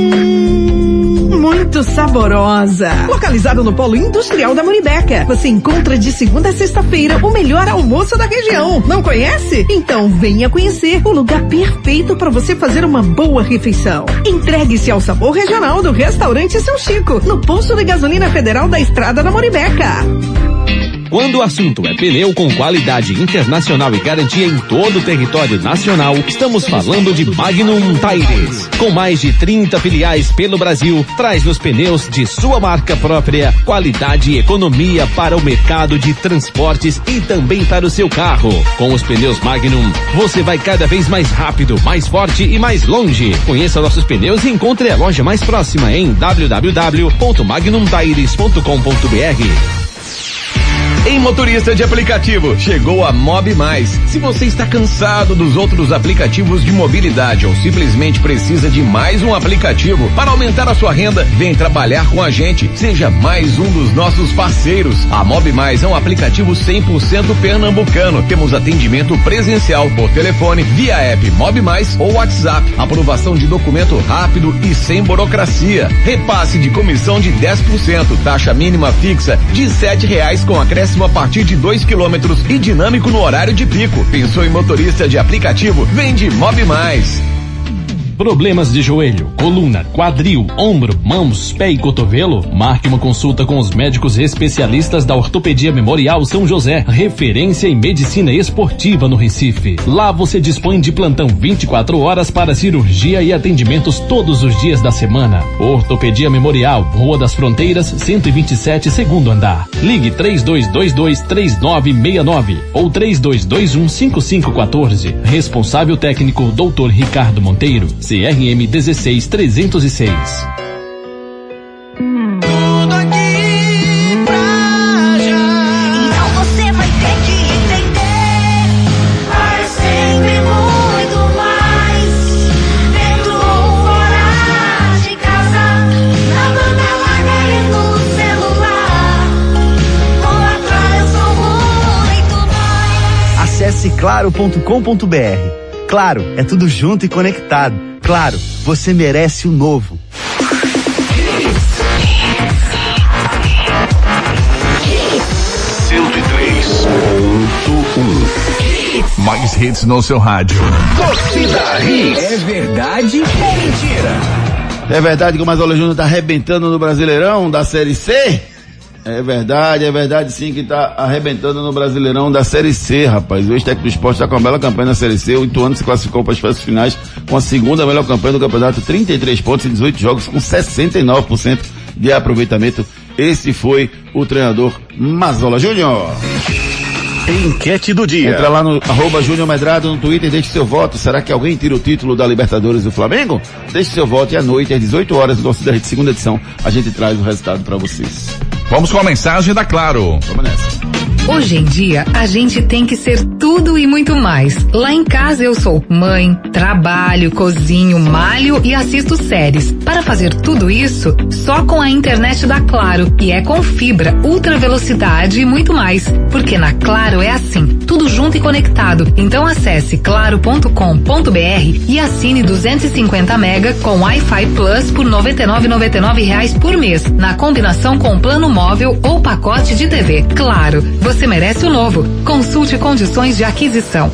Muito saborosa. Localizado no Polo Industrial da Muribeca, você encontra de segunda a sexta-feira o melhor almoço da região. Não conhece? Então venha conhecer o lugar perfeito para você fazer uma boa refeição. Entregue-se ao sabor regional do restaurante Seu Chico, no posto de gasolina federal da Estrada da Muribeca. Quando o assunto é pneu com qualidade internacional e garantia em todo o território nacional, estamos falando de Magnum Tires. Com mais de 30 filiais pelo Brasil, traz nos pneus de sua marca própria, qualidade e economia para o mercado de transportes e também para o seu carro. Com os pneus Magnum, você vai cada vez mais rápido, mais forte e mais longe. Conheça nossos pneus e encontre a loja mais próxima em www.magnumtires.com.br. Em motorista de aplicativo, chegou a Mob Mais. Se você está cansado dos outros aplicativos de mobilidade ou simplesmente precisa de mais um aplicativo para aumentar a sua renda, vem trabalhar com a gente. Seja mais um dos nossos parceiros. A Mob Mais é um aplicativo 100% pernambucano. Temos atendimento presencial por telefone, via app Mob Mais ou WhatsApp. Aprovação de documento rápido e sem burocracia. Repasse de comissão de 10%. Taxa mínima fixa de R$7 com acréscimo a partir de 2 km e dinâmico no horário de pico. Pensou em motorista de aplicativo? Vem de Mob Mais. Problemas de joelho, coluna, quadril, ombro, mãos, pé e cotovelo? Marque uma consulta com os médicos especialistas da Ortopedia Memorial São José, referência em medicina esportiva no Recife. Lá você dispõe de plantão 24 horas para cirurgia e atendimentos todos os dias da semana. Ortopedia Memorial, Rua das Fronteiras, 127, segundo andar. Ligue 3222-3969 ou 3221-5514. Responsável técnico Dr. Ricardo Monteiro, CRM 16306. Tudo aqui pra já. Então você vai ter que entender. Mas sempre muito mais. Dentro ou fora de casa. Na banda larga e no celular. Com a Claro eu sou muito mais. Acesse claro.com.br. Claro, é tudo junto e conectado. Claro, você merece o novo. 103.1. Mais hits no seu rádio. Torcida Hits. É verdade ou mentira? É verdade que o Mazola Júnior tá arrebentando no Brasileirão da Série C? É verdade sim que tá arrebentando no Brasileirão da Série C, rapaz. O ex-técnico do esporte tá com uma bela campanha na Série C, 8 anos se classificou para as fases finais com a segunda melhor campanha do campeonato, 33 pontos em 18 jogos com 69% de aproveitamento. Esse foi o treinador Mazola Júnior. Enquete do dia. Entra lá no @Júnior Medrado no Twitter e deixe seu voto. Será que alguém tira o título da Libertadores do Flamengo? Deixe seu voto e à noite, às 18 horas, no Torcida Hits segunda edição, a gente traz o resultado para vocês. Vamos com a mensagem da Claro. Vamos nessa. Hoje em dia, a gente tem que ser tudo e muito mais. Lá em casa eu sou mãe, trabalho, cozinho, malho e assisto séries. Para fazer tudo isso, só com a internet da Claro. E é com fibra, ultra velocidade e muito mais. Porque na Claro é assim, tudo junto e conectado. Então acesse claro.com.br e assine 250 mega com Wi-Fi Plus por R$ 99,99 por mês. Na combinação com plano móvel ou pacote de TV. Claro, você merece o novo. Consulte condições de aquisição.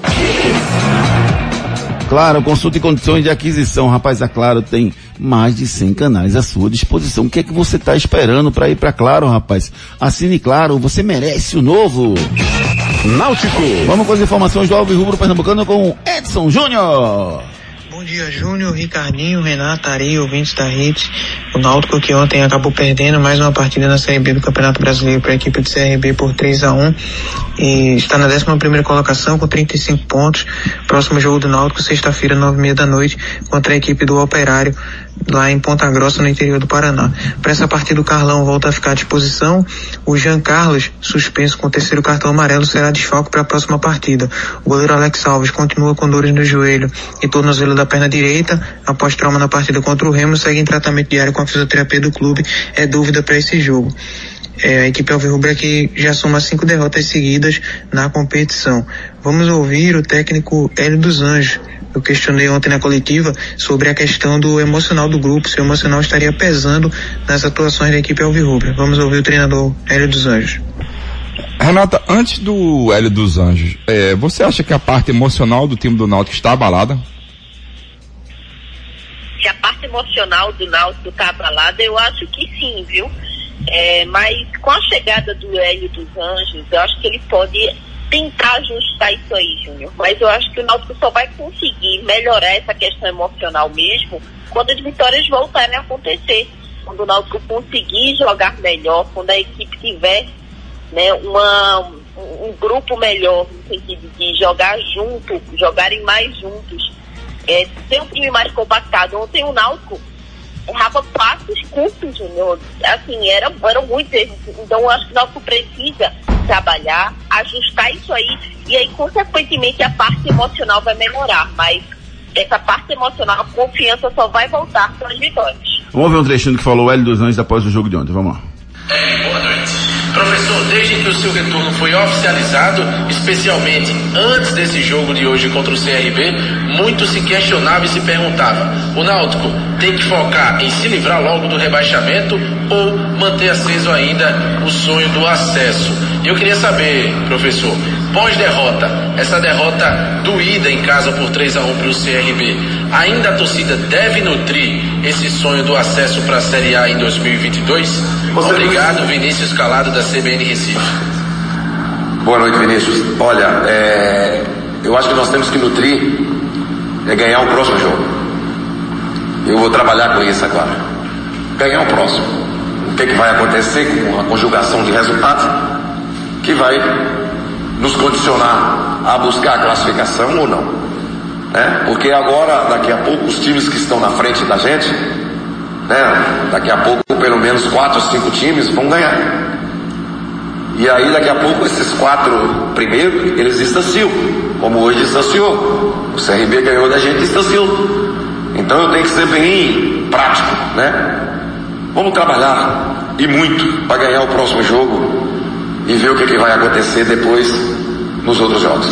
Claro, consulte condições de aquisição. Rapaz, a Claro tem mais de 100 canais à sua disposição. O que é que você está esperando para ir para Claro, rapaz? Assine Claro, você merece o novo. Náutico. Vamos com as informações do Alvirrubro Pernambucano com Edson Júnior. Bom dia, Júnior, Ricardinho, Renato, Ari, ouvintes da Hits. O Náutico que ontem acabou perdendo mais uma partida na Série B do Campeonato Brasileiro para a equipe do CRB por 3-1 e está na 11ª colocação com 35 pontos. Próximo jogo do Náutico, sexta-feira, 9h30 da noite, contra a equipe do Operário, lá em Ponta Grossa, no interior do Paraná. Para essa partida, o Carlão volta a ficar à disposição. O Jean Carlos, suspenso com o 3º cartão amarelo, será desfalque para a próxima partida. O goleiro Alex Alves continua com dores no joelho e tornozelo da perna direita. Após trauma na partida contra o Remo, segue em tratamento diário com a fisioterapia do clube. É dúvida para esse jogo. A equipe alvirrubra que já soma 5 derrotas seguidas na competição. Vamos ouvir o técnico Hélio dos Anjos. Eu questionei ontem na coletiva sobre a questão do emocional do grupo, se o emocional estaria pesando nas atuações da equipe alvirrubra. Vamos ouvir o treinador Hélio dos Anjos. Renata, antes do Hélio dos Anjos, você acha que a parte emocional do time do Náutico está abalada? Se a parte emocional do Náutico está abalada, eu acho que sim, viu? Mas com a chegada do Hélio dos Anjos, eu acho que ele pode tentar ajustar isso aí, Júnior. Mas eu acho que o Náutico só vai conseguir melhorar essa questão emocional mesmo quando as vitórias voltarem a acontecer. Quando o Náutico conseguir jogar melhor, quando a equipe tiver, né, um grupo melhor, no sentido de jogar junto, jogarem mais juntos, ter um time mais compactado. Ontem o Náutico errava passos curtos, Júnior. Assim, eram muitos erros. Então eu acho que o Náutico precisa trabalhar, ajustar isso aí, e aí, consequentemente, a parte emocional vai melhorar. Mas essa parte emocional, a confiança só vai voltar com as vitórias. Vamos ver um trechinho que falou o Hélio dos Anjos após o jogo de ontem. Vamos lá. Boa noite. Professor, desde que o seu retorno foi oficializado, especialmente antes desse jogo de hoje contra o CRB, muito se questionava e se perguntava: o Náutico tem que focar em se livrar logo do rebaixamento ou manter aceso ainda o sonho do acesso? E eu queria saber, professor, pós-derrota, essa derrota doída em casa por 3-1 para o CRB, ainda a torcida deve nutrir esse sonho do acesso para a Série A em 2022? Obrigado, Vinícius Calado, da CBN Recife. Boa noite, Vinícius. Olha, eu acho que nós temos que nutrir ganhar o próximo jogo. Eu vou trabalhar com isso agora. Ganhar o próximo. O que vai acontecer com a conjugação de resultados que vai nos condicionar a buscar a classificação ou não, né? Porque agora, daqui a pouco, os times que estão na frente da gente, né? Daqui a pouco pelo menos 4 ou 5 times vão ganhar. E aí daqui a pouco esses 4 primeiros, eles distanciam, como hoje distanciou. O CRB ganhou da gente e distanciou. Então eu tenho que ser bem prático, né? Vamos trabalhar, e muito, para ganhar o próximo jogo e ver o que vai acontecer depois nos outros jogos.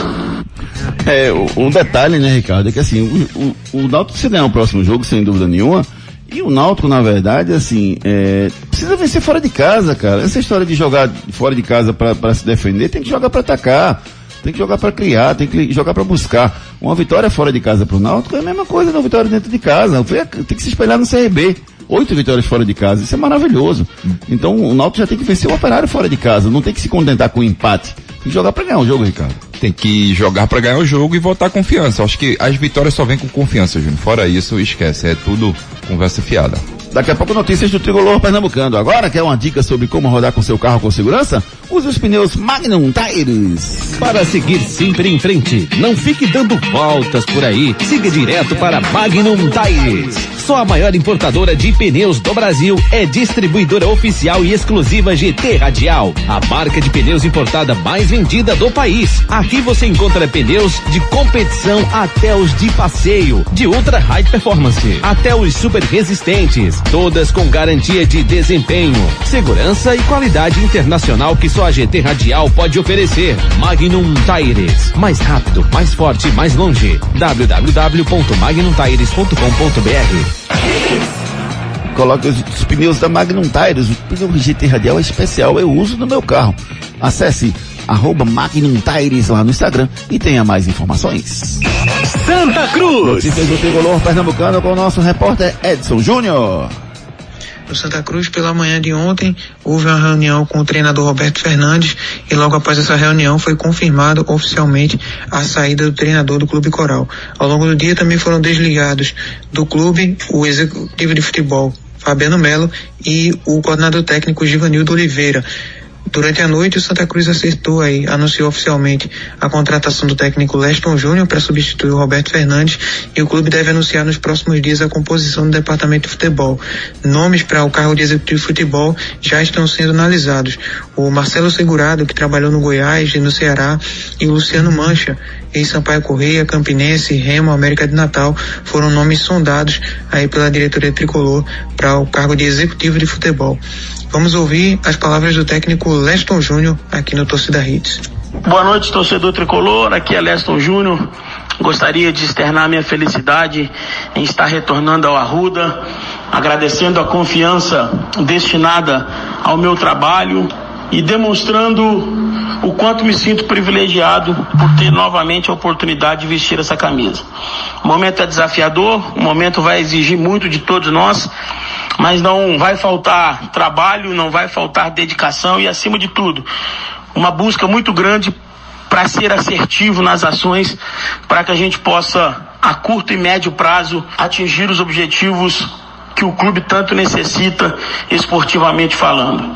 Um detalhe, né, Ricardo, é que assim, o Náutico se ganhar o próximo jogo, sem dúvida nenhuma, e o Náutico, na verdade, assim, precisa vencer fora de casa, cara. Essa história de jogar fora de casa para se defender, tem que jogar para atacar, tem que jogar para criar, tem que jogar para buscar. Uma vitória fora de casa pro Náutico é a mesma coisa da vitória dentro de casa. Tem que se espelhar no CRB. 8 vitórias fora de casa, isso é maravilhoso. Então o Náutico já tem que vencer o Operário fora de casa, não tem que se contentar com o empate. Tem que jogar para ganhar o jogo, Ricardo. Tem que jogar para ganhar o jogo e voltar confiança. Acho que as vitórias só vêm com confiança, Júnior. Fora isso, esquece, é tudo conversa fiada. Daqui a pouco notícias do Tricolor Pernambucano. Agora, quer uma dica sobre como rodar com seu carro com segurança? Use os pneus Magnum Tires. Para seguir sempre em frente, não fique dando voltas por aí. Siga direto para Magnum Tires. Só a maior importadora de pneus do Brasil, é distribuidora oficial e exclusiva GT Radial, a marca de pneus importada mais vendida do país. Aqui você encontra pneus de competição até os de passeio, de ultra high performance, até os super resistentes, todas com garantia de desempenho, segurança e qualidade internacional que só a GT Radial pode oferecer. Magnum Tires, mais rápido, mais forte, mais longe. www.magnumtires.com.br. Coloque os pneus da Magnum Tires. O pneu GT Radial é especial, eu uso no meu carro. Acesse @Magnum Tires lá no Instagram e tenha mais informações. Santa Cruz. Notícias do Tricolor Pernambucano com o nosso repórter Edson Júnior. No Santa Cruz, pela manhã de ontem, houve uma reunião com o treinador Roberto Fernandes e logo após essa reunião foi confirmado oficialmente a saída do treinador do Clube Coral. Ao longo do dia também foram desligados do clube o executivo de futebol Fabiano Melo e o coordenador técnico Givanildo Oliveira. Durante a noite, o Santa Cruz anunciou oficialmente a contratação do técnico Leston Júnior para substituir o Roberto Fernandes, e o clube deve anunciar nos próximos dias a composição do departamento de futebol. Nomes para o cargo de executivo de futebol já estão sendo analisados. O Marcelo Segurado, que trabalhou no Goiás e no Ceará, e o Luciano Mancha, ex-Sampaio Correia, Campinense, Remo, América de Natal, foram nomes sondados aí pela diretoria tricolor para o cargo de executivo de futebol. Vamos ouvir as palavras do técnico Leston Júnior aqui no Torcida Hits. Boa noite, torcedor tricolor, aqui é Leston Júnior. Gostaria de externar minha felicidade em estar retornando ao Arruda, agradecendo a confiança destinada ao meu trabalho e demonstrando o quanto me sinto privilegiado por ter novamente a oportunidade de vestir essa camisa. O momento é desafiador, o momento vai exigir muito de todos nós, mas não vai faltar trabalho, não vai faltar dedicação e, acima de tudo, uma busca muito grande para ser assertivo nas ações, para que a gente possa, a curto e médio prazo, atingir os objetivos que o clube tanto necessita, esportivamente falando.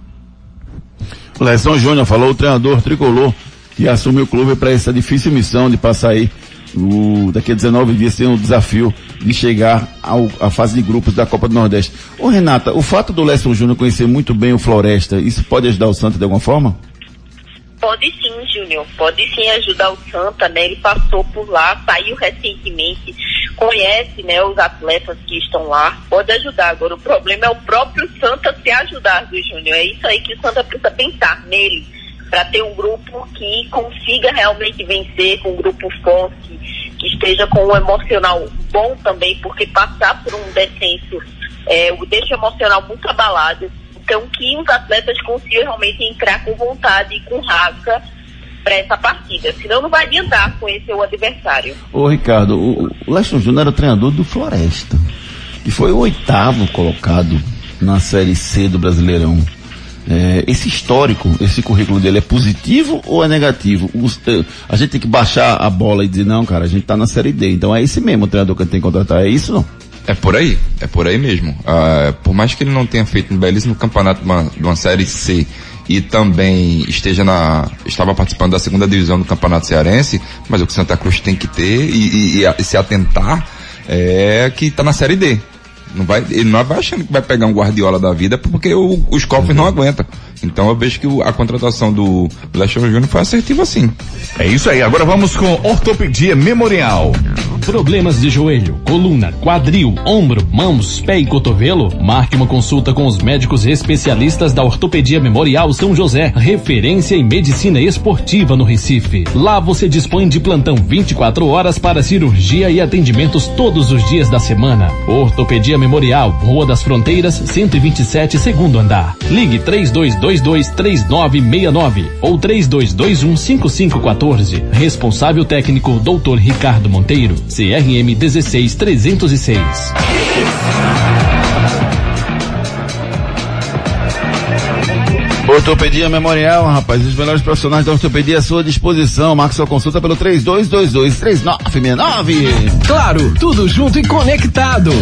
Leston Júnior falou, o treinador tricolor que assume o clube para essa difícil missão de passar aí daqui a 19 dias tem o desafio de chegar à fase de grupos da Copa do Nordeste. Ô Renata, o fato do Leston Júnior conhecer muito bem o Floresta, isso pode ajudar o Santa de alguma forma? Pode sim, Júnior, pode sim ajudar o Santa, né? Ele passou por lá, saiu recentemente, conhece, né, os atletas que estão lá, pode ajudar. Agora, o problema é o próprio Santa se ajudar, viu, Júnior? É isso aí que o Santa precisa pensar nele, para ter um grupo que consiga realmente vencer, com um grupo forte, que esteja com um emocional bom também, porque passar por um descenso deixa o emocional muito abalado. Então, que os atletas consigam realmente entrar com vontade e com raça para essa partida. Senão não vai adiantar conhecer o adversário. Ô Ricardo, o Leston Júnior era treinador do Floresta e foi o 8º colocado na Série C do Brasileirão. Esse histórico, esse currículo dele é positivo ou é negativo? A gente tem que baixar a bola e dizer, não, cara, a gente tá na Série D, então é esse mesmo o treinador que a gente tem que contratar, é isso não? É por aí mesmo. Por mais que ele não tenha feito um belíssimo campeonato de uma Série C e também estava participando da 2ª divisão do Campeonato Cearense, mas o que Santa Cruz tem que ter e se atentar é que está na Série D. Ele não vai achando que vai pegar um Guardiola da vida porque os cofres não aguentam. Então eu vejo que a contratação do Leston Júnior foi assertiva sim. É isso aí, agora vamos com Ortopedia Memorial. Problemas de joelho, coluna, quadril, ombro, mãos, pé e cotovelo? Marque uma consulta com os médicos especialistas da Ortopedia Memorial São José, referência em medicina esportiva no Recife. Lá você dispõe de plantão 24 horas para cirurgia e atendimentos todos os dias da semana. Ortopedia Memorial, Rua das Fronteiras, 127, segundo andar. Ligue 3222-3969 ou 3221-5514. Responsável técnico Dr. Ricardo Monteiro, CRM 16306. Ortopedia Memorial, rapaz, os melhores profissionais da ortopedia à sua disposição. Marque sua consulta pelo 3222-3969. Claro, tudo junto e conectado.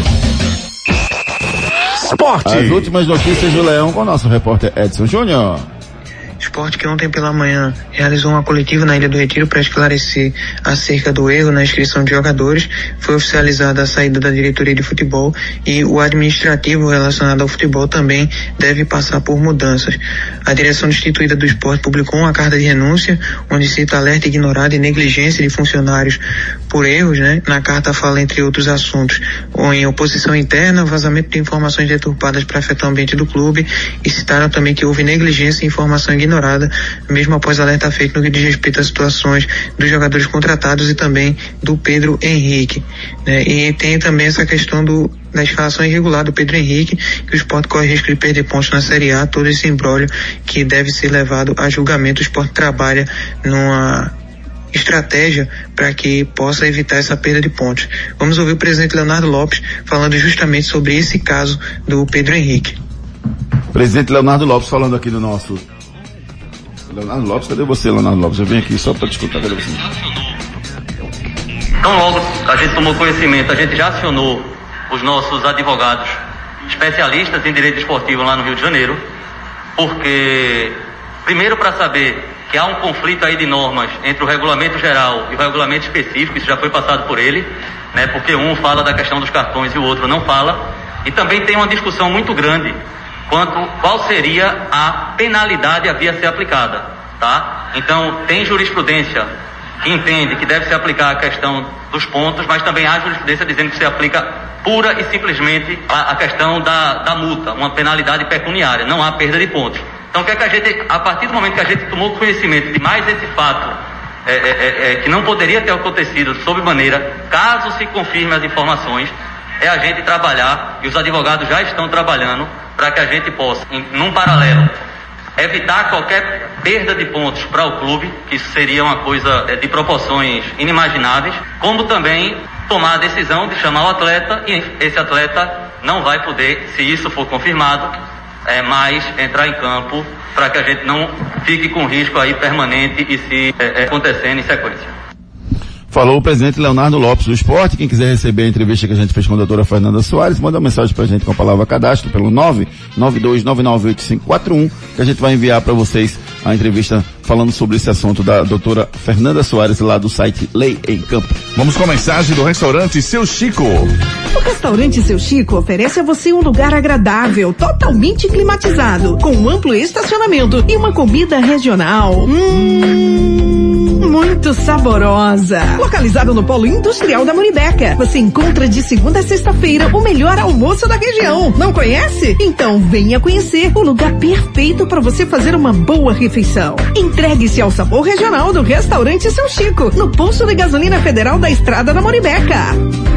Esporte. As últimas notícias do Leão com o nosso repórter Edson Júnior. Esporte que ontem pela manhã realizou uma coletiva na Ilha do Retiro para esclarecer acerca do erro na inscrição de jogadores. Foi oficializada a saída da diretoria de futebol e o administrativo relacionado ao futebol também deve passar por mudanças. A direção destituída do esporte publicou uma carta de renúncia onde cita alerta ignorado e negligência de funcionários por erros, né? Na carta fala, entre outros assuntos, em oposição interna, vazamento de informações deturpadas para afetar o ambiente do clube, e citaram também que houve negligência e informação ignorada, mesmo após alerta feito no que diz respeito às situações dos jogadores contratados e também do Pedro Henrique, né? E tem também essa questão da escalação irregular do Pedro Henrique, que o Sport corre risco de perder pontos na Série A, todo esse imbróglio que deve ser levado a julgamento. O Sport trabalha numa estratégia para que possa evitar essa perda de pontos. Vamos ouvir o presidente Leonardo Lopes falando justamente sobre esse caso do Pedro Henrique. Presidente Leonardo Lopes falando aqui do nosso... Leonardo Lopes, cadê você, Leonardo Lopes? Eu vim aqui só para discutir, cadê você? Então logo a gente tomou conhecimento, a gente já acionou os nossos advogados especialistas em direito esportivo lá no Rio de Janeiro, porque primeiro para saber que há um conflito aí de normas entre o regulamento geral e o regulamento específico, isso já foi passado por ele, né? Porque um fala da questão dos cartões e o outro não fala, e também tem uma discussão muito grande quanto qual seria a penalidade a vir a ser aplicada, tá? Então tem jurisprudência que entende que deve se aplicar a questão dos pontos, mas também há jurisprudência dizendo que se aplica pura e simplesmente a questão da multa, uma penalidade pecuniária, não há perda de pontos. Então o que é que a gente, a partir do momento que a gente tomou conhecimento de mais esse fato, que não poderia ter acontecido sob maneira, caso se confirme as informações, é a gente trabalhar, e os advogados já estão trabalhando, para que a gente possa, num paralelo, evitar qualquer perda de pontos para o clube, que isso seria uma coisa de proporções inimagináveis, como também tomar a decisão de chamar o atleta e esse atleta não vai poder, se isso for confirmado, mais entrar em campo para que a gente não fique com risco aí permanente e se acontecendo em sequência. Falou o presidente Leonardo Lopes do Esporte. Quem quiser receber a entrevista que a gente fez com a doutora Fernanda Soares, manda uma mensagem pra gente com a palavra cadastro pelo 992998541, que a gente vai enviar para vocês a entrevista falando sobre esse assunto da doutora Fernanda Soares lá do site Lei em Campo. Vamos com a mensagem do restaurante Seu Chico. O restaurante Seu Chico oferece a você um lugar agradável, totalmente climatizado, com um amplo estacionamento e uma comida regional. Muito saborosa. Localizado no Polo Industrial da Muribeca, você encontra de segunda a sexta-feira o melhor almoço da região. Não conhece? Então venha conhecer o lugar perfeito para você fazer uma boa refeição. Entregue-se ao sabor regional do restaurante Seu Chico, no posto de gasolina federal da Estrada da Muribeca.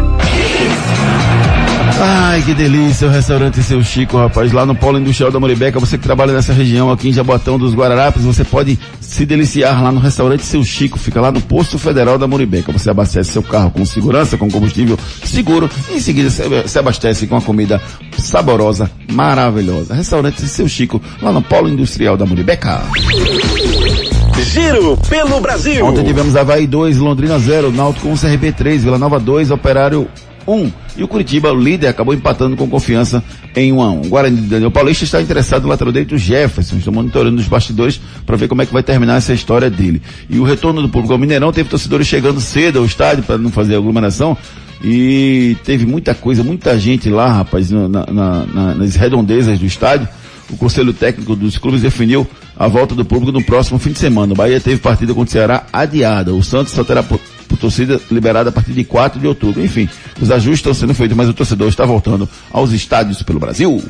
Ai, que delícia, o restaurante Seu Chico, rapaz, lá no Polo Industrial da Muribeca. Você que trabalha nessa região aqui em Jaboatão dos Guararapes, você pode se deliciar lá no restaurante Seu Chico, fica lá no posto federal da Muribeca. Você abastece seu carro com segurança, com combustível seguro, e em seguida se abastece com uma comida saborosa, maravilhosa. Restaurante Seu Chico, lá no Polo Industrial da Muribeca. Giro pelo Brasil. Ontem tivemos Avaí 2, Londrina 0, Náutico 1, CRB 3, Vila Nova 2, Operário 1. E o Curitiba, o líder, acabou empatando com Confiança em 1-1. O Guarani de Daniel Paulista está interessado no lateral direito Jefferson. Estão monitorando os bastidores para ver como é que vai terminar essa história dele. E o retorno do público ao Mineirão, teve torcedores chegando cedo ao estádio para não fazer aglomeração. E teve muita coisa, muita gente lá, rapaz, nas redondezas do estádio. O Conselho Técnico dos clubes definiu a volta do público no próximo fim de semana. O Bahia teve partida contra o Ceará adiada. O Santos só terá por torcida liberada a partir de 4 de outubro. Enfim, os ajustes estão sendo feitos, mas o torcedor está voltando aos estádios pelo Brasil.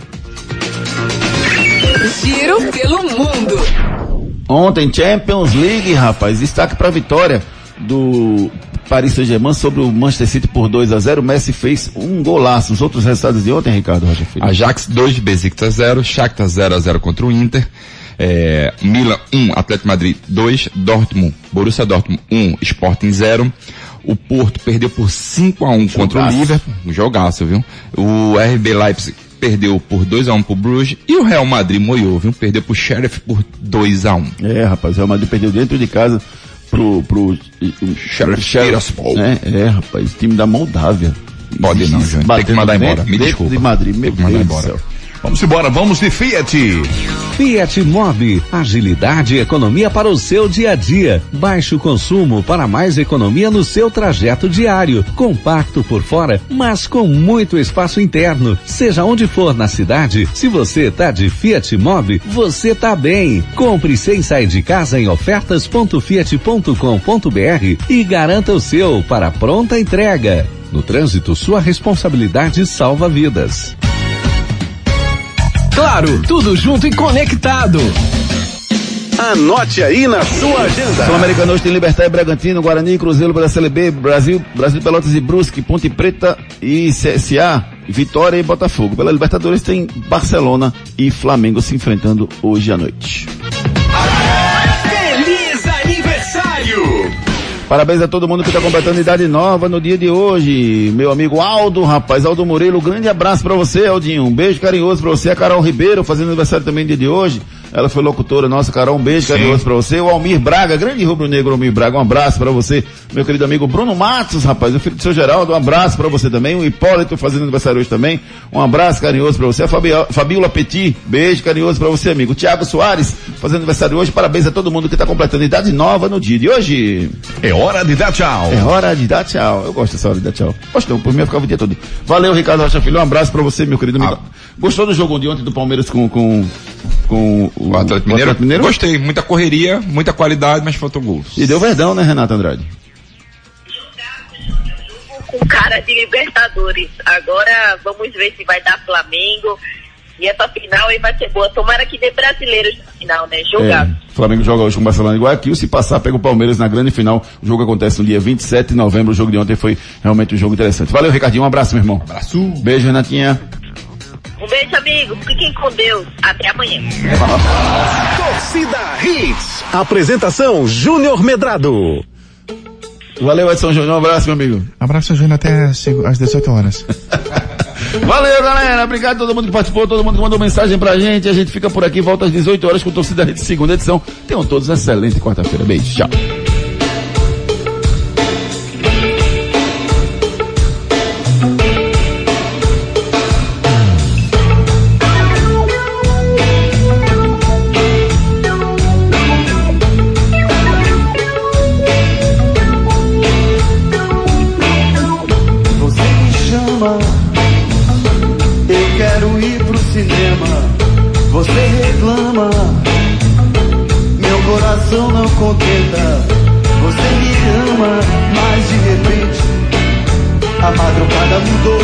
Giro pelo mundo. Ontem, Champions League, rapaz, destaque para a vitória do Paris Saint-Germain sobre o Manchester City por 2-0. Messi fez um golaço. Os outros resultados de ontem, Ricardo Rocha Filho? Ajax 2, Besiktas 0, Shakhtar 0-0 contra o Inter. Milan 1, Atlético Madrid 2, Borussia Dortmund 1, Sporting 0. O Porto perdeu por 5-1 contra o Liverpool, um jogaço, viu? O RB Leipzig perdeu por 2-1 pro Bruges e o Real Madrid moiou, viu? Perdeu pro Sheriff por 2-1. Rapaz, o Real Madrid perdeu dentro de casa pro Sheriff Tiraspol. Rapaz, time da Moldávia. Pode não, João. Tem que mandar embora. Me desculpa. De Madrid, meu Deus do céu. Vamos embora, vamos de Fiat. Fiat Mobi, agilidade e economia para o seu dia a dia. Baixo consumo para mais economia no seu trajeto diário. Compacto por fora, mas com muito espaço interno. Seja onde for na cidade, se você tá de Fiat Mobi, você tá bem. Compre sem sair de casa em ofertas.fiat.com.br e garanta o seu para pronta entrega. No trânsito, sua responsabilidade salva vidas. Claro, tudo junto e conectado. Anote aí na sua agenda. Sul-Americano hoje tem Libertad e Bragantino, Guarani, Cruzeiro da Série B, Brasil Pelotas e Brusque, Ponte Preta e CSA, Vitória e Botafogo. Pela Libertadores tem Barcelona e Flamengo se enfrentando hoje à noite. Feliz aniversário! Parabéns a todo mundo que está completando idade nova no dia de hoje. Meu amigo Aldo, rapaz, Aldo Moreira, um grande abraço para você, Aldinho. Um beijo carinhoso para você. A Carol Ribeiro, fazendo aniversário também no dia de hoje. Ela foi locutora nossa, Carol, um beijo carinhoso pra você. O Almir Braga, grande rubro-negro Almir Braga, um abraço pra você. Meu querido amigo Bruno Matos, rapaz, o filho do seu Geraldo, um abraço pra você também. O Hipólito fazendo aniversário hoje também, um abraço carinhoso pra você. A Fabiola Petit, beijo carinhoso pra você, amigo. O Thiago Soares, fazendo aniversário hoje, parabéns a todo mundo que tá completando idade nova no dia de hoje. É hora de dar tchau. É hora de dar tchau. Eu gosto dessa hora de dar tchau. Gostou, por mim eu ficava o dia todo. Valeu, Ricardo Rocha Filho, um abraço pra você, meu querido amigo. Gostou do jogo de ontem do Palmeiras com o Atlético Mineiro? Gostei, muita correria, muita qualidade, mas faltou gols. E deu Verdão, né, Renato Andrade? Com cara de Libertadores. Agora vamos ver se vai dar Flamengo. E essa final aí vai ser boa. Tomara que dê brasileiros na final, né? Jogar. Flamengo joga hoje com o Barcelona em Guayaquil. Se passar, pega o Palmeiras na grande final. O jogo acontece no dia 27 de novembro. O jogo de ontem foi realmente um jogo interessante. Valeu, Ricardinho. Um abraço, meu irmão. Abraço. Beijo, Renatinha. Um beijo, amigo. Fiquem com Deus. Até amanhã. Torcida Hits. Apresentação Júnior Medrado. Valeu, Edson Júnior. Um abraço, meu amigo. Abraço, Júnior, até às 18 horas. Valeu, galera. Obrigado a todo mundo que participou, todo mundo que mandou mensagem pra gente. A gente fica por aqui, volta às 18 horas com Torcida Hits, segunda edição. Tenham todos uma excelente quarta-feira. Beijo, tchau. Você reclama, meu coração não contenta. Você me ama, mas de repente a madrugada mudou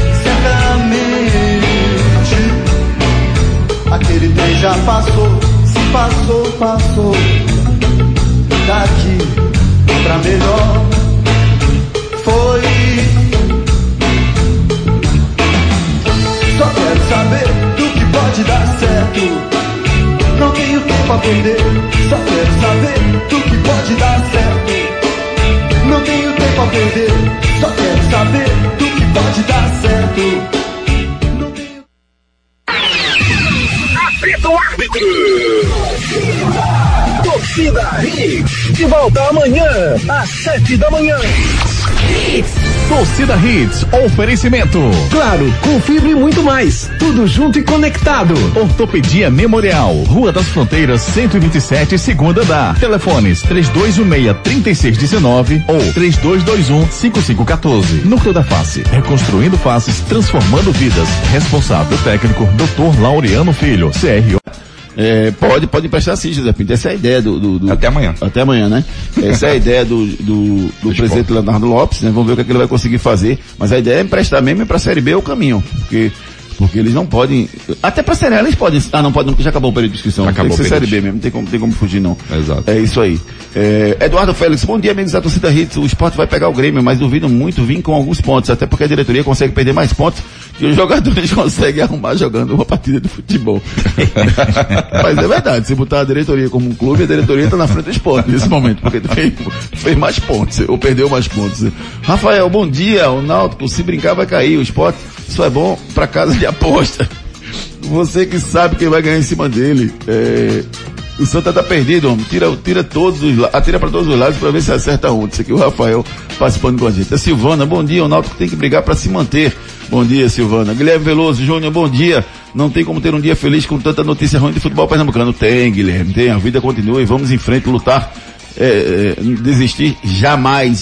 certamente. Aquele trem já passou, se passou, passou. Daqui pra melhor foi. Só quero saber do que pode dar certo. Não tenho tempo a perder. Só quero saber do que pode dar certo. Não tenho tempo a perder. Só quero saber do que pode dar certo. Não tenho... Apita o árbitro. Torcida Hits. De volta amanhã, às 7 da manhã. Torcida Hits, oferecimento. Claro, com fibra e muito mais. Tudo junto e conectado. Ortopedia Memorial, Rua das Fronteiras, 127, segunda andar. Telefones 3216-3619 ou 3221-5514. Núcleo da Face, reconstruindo faces, transformando vidas. Responsável técnico, Dr. Laureano Filho, CRO. Pode emprestar sim, José Pinto. Essa é a ideia do... Até amanhã. Até amanhã, né? Essa é a ideia do presidente Leonardo Lopes, né? Vamos ver o que, é que ele vai conseguir fazer. Mas a ideia é emprestar mesmo para a Série B o caminho. Porque eles não podem... Até para a Série A eles podem... não pode não, porque já acabou o período de inscrição. Tem que ser Série B mesmo, não tem como fugir não. Exato. É isso aí. Eduardo Félix, bom dia amigos da Torcida Hits. O Sport vai pegar o Grêmio, mas duvido muito vir com alguns pontos, até porque a diretoria consegue perder mais pontos que os jogadores conseguem arrumar jogando uma partida de futebol. Mas é verdade, se botar a diretoria como um clube, a diretoria está na frente do Sport nesse momento, porque fez mais pontos, ou perdeu mais pontos. Rafael, bom dia. O Náutico, se brincar, vai cair. O Sport só é bom para casa de aposta. Você que sabe quem vai ganhar em cima dele. O Santa tá perdido, homem. Atira para todos os lados para ver se acerta onde. Isso aqui é o Rafael participando com a gente. A Silvana, bom dia. O Náutico tem que brigar para se manter. Bom dia, Silvana. Guilherme Veloso Júnior, bom dia. Não tem como ter um dia feliz com tanta notícia ruim de futebol pernambucano. Tem, Guilherme, tem. A vida continua e vamos em frente, lutar. Desistir jamais.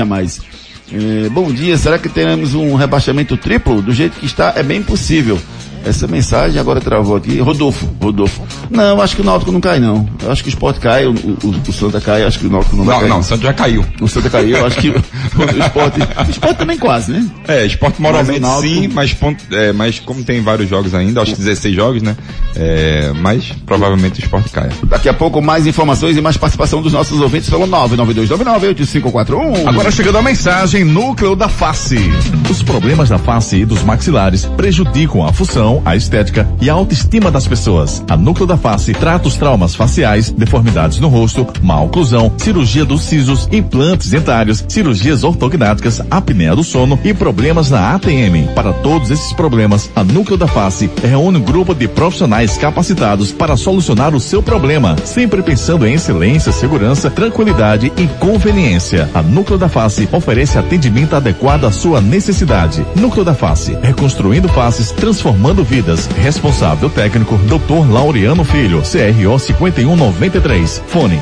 Bom dia, será que teremos um rebaixamento triplo? Do jeito que está, é bem possível. Essa mensagem agora travou aqui. Rodolfo. Não, acho que o Náutico não cai, não. Eu acho que o Sport cai, o Santa cai, acho que o Náutico não vai cair. Não, o Santa já caiu. O Santa caiu, eu acho que o Sport também quase, né? Sport moralmente Náutico... sim, mas como tem vários jogos ainda, acho que 16 jogos, né? Mas provavelmente o Sport cai. Daqui a pouco mais informações e mais participação dos nossos ouvintes pelo 992998541. Agora chegando a mensagem Núcleo da Face. Os problemas da face e dos maxilares prejudicam a função, a estética e a autoestima das pessoas. A Núcleo da Face trata os traumas faciais, deformidades no rosto, má oclusão, cirurgia dos sisos, implantes dentários, cirurgias ortognáticas, apneia do sono e problemas na ATM. Para todos esses problemas, a Núcleo da Face reúne um grupo de profissionais capacitados para solucionar o seu problema, sempre pensando em excelência, segurança, tranquilidade e conveniência. A Núcleo da Face oferece atendimento adequado à sua necessidade. Núcleo da Face, reconstruindo faces, transformando vidas. Responsável técnico, Dr. Laureano Filho, CRO 5193. Fone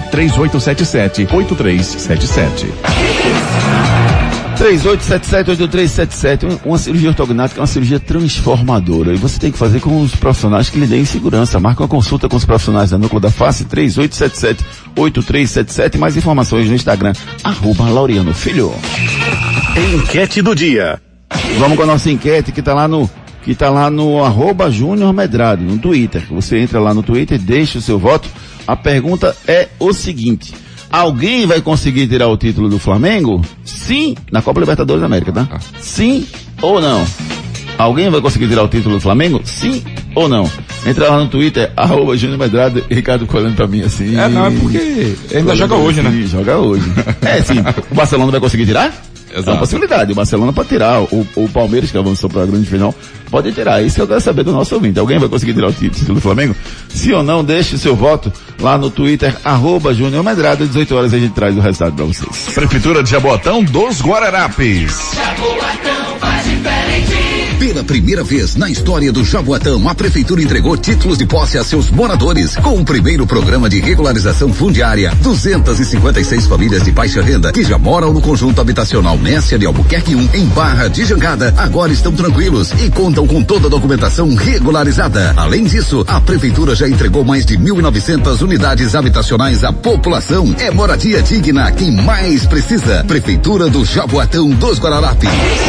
3877-8377. 3877-8377. Uma cirurgia ortognática é uma cirurgia transformadora e você tem que fazer com os profissionais que lhe deem segurança. Marca uma consulta com os profissionais da Núcleo da Face, 3877-8377. Mais informações no Instagram, @Laureano Filho. Enquete do dia. Vamos com a nossa enquete que está lá no @Júnior Medrado, no Twitter. Você entra lá no Twitter, deixa o seu voto. A pergunta é o seguinte: alguém vai conseguir tirar o título do Flamengo? Sim, na Copa Libertadores da América, tá? Sim ou não? Alguém vai conseguir tirar o título do Flamengo? Sim ou não? Entra lá no Twitter, @Júnior Medrado, Ricardo olhando pra mim assim. Não, é porque ainda joga hoje, né? Joga hoje. Sim. O Barcelona vai conseguir tirar? É uma possibilidade. O Barcelona pode tirar, o Palmeiras, que avançou para a grande final, pode tirar. Isso que eu quero saber do nosso ouvinte. Alguém vai conseguir tirar o título do Flamengo? Se ou não, deixe o seu voto lá no Twitter, @Júnior Medrado. 18 horas a gente traz o resultado para vocês. Prefeitura de Jaboatão dos Guararapes. Jaboatão faz diferente. Pela primeira vez na história do Jaboatão, a prefeitura entregou títulos de posse a seus moradores com o primeiro programa de regularização fundiária. 256 famílias de baixa renda que já moram no conjunto habitacional Messia de Albuquerque 1 em Barra de Jangada agora estão tranquilos e contam com toda a documentação regularizada. Além disso, a prefeitura já entregou mais de 1.900 unidades habitacionais à população. É moradia digna quem mais precisa. Prefeitura do Jaboatão dos Guararapes.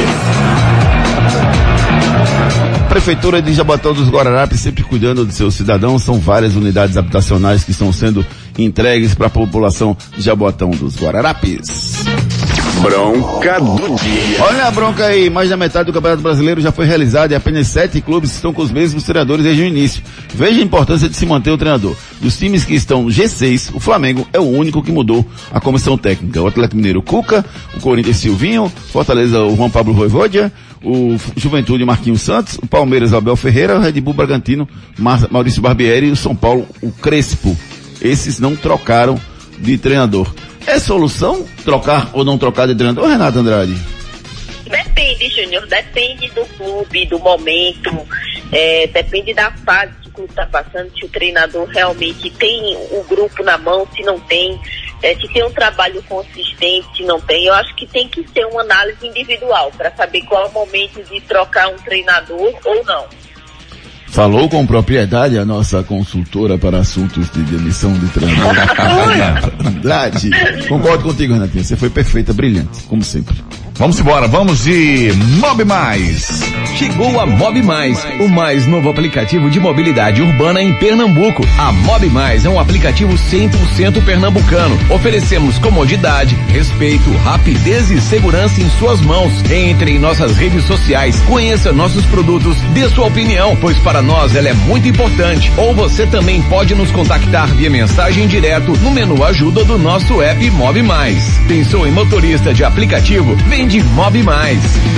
Prefeitura de Jaboatão dos Guararapes, sempre cuidando de seus cidadãos. São várias unidades habitacionais que estão sendo entregues para a população de Jaboatão dos Guararapes. Bronca do dia. Olha a bronca aí, mais da metade do Campeonato Brasileiro já foi realizada e apenas 7 clubes estão com os mesmos treinadores desde o início. Veja a importância de se manter o treinador. Dos times que estão no G6, o Flamengo é o único que mudou a comissão técnica. O Atlético Mineiro, Cuca, o Corinthians, Silvinho, Fortaleza, o Juan Pablo Voivoda, o Juventude, Marquinhos Santos, o Palmeiras, Abel Ferreira, o Red Bull Bragantino, Maurício Barbieri e o São Paulo, o Crespo. Esses não trocaram de treinador. É solução trocar ou não trocar de treinador, Renato Andrade? Depende, Júnior, depende do clube, do momento, depende da fase que o clube está passando, se o treinador realmente tem o grupo na mão, se não tem, se tem um trabalho consistente, se não tem. Eu acho que tem que ser uma análise individual para saber qual é o momento de trocar um treinador ou não. Falou com propriedade a nossa consultora para assuntos de demissão de treinador. Andrade. Concordo contigo, Renatinho. Você foi perfeita, brilhante, como sempre. Vamos embora, vamos de Mob Mais. Chegou a Mob Mais, o mais novo aplicativo de mobilidade urbana em Pernambuco. A Mob Mais é um aplicativo 100% pernambucano. Oferecemos comodidade, respeito, rapidez e segurança em suas mãos. Entre em nossas redes sociais, conheça nossos produtos, dê sua opinião, pois para nós ela é muito importante. Ou você também pode nos contactar via mensagem direto no menu ajuda do nosso app Mob Mais. Pensou em motorista de aplicativo? Vem de Mob Mais.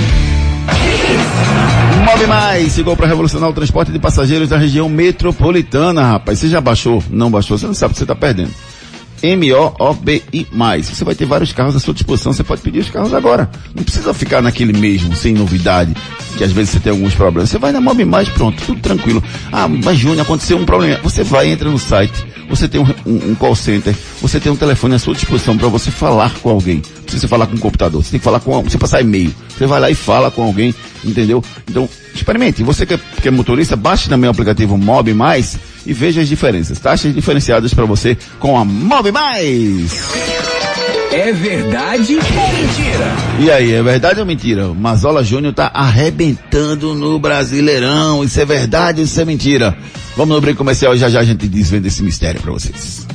Mob Mais chegou para revolucionar o transporte de passageiros da região metropolitana, rapaz. Você já baixou? Não baixou? Você não sabe o que você está perdendo. MOOBI+. Você vai ter vários carros à sua disposição, você pode pedir os carros agora. Não precisa ficar naquele mesmo, sem novidade, que às vezes você tem alguns problemas. Você vai na Mob Mais, pronto, tudo tranquilo. Ah, mas Júnior, aconteceu um problema. Você vai, entra no site, você tem um call center, você tem um telefone à sua disposição para você falar com alguém. Não precisa falar com o computador, você tem que falar você passar e-mail. Você vai lá e fala com alguém, entendeu? Então, experimente. Você que é motorista, baixe também o aplicativo Mob Mais e veja as diferenças. Taxas diferenciadas para você com a Mob Mais. É verdade ou mentira? E aí, é verdade ou mentira? O Mazola Júnior tá arrebentando no Brasileirão. Isso é verdade ou isso é mentira? Vamos no break comercial e já a gente desvenda esse mistério para vocês.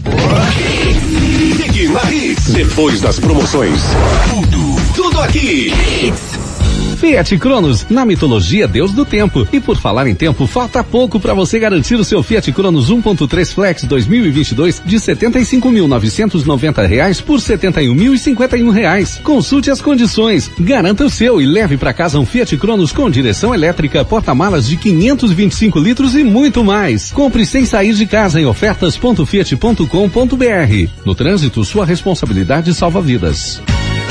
Depois das promoções, tudo aqui. Fiat Cronos, na mitologia Deus do Tempo. E por falar em tempo, falta pouco para você garantir o seu Fiat Cronos 1.3 Flex 2022 de R$ 75.990 por R$ 71.051. Consulte as condições, garanta o seu e leve para casa um Fiat Cronos com direção elétrica, porta-malas de 525 litros e muito mais. Compre sem sair de casa em ofertas.fiat.com.br. No trânsito, sua responsabilidade salva vidas.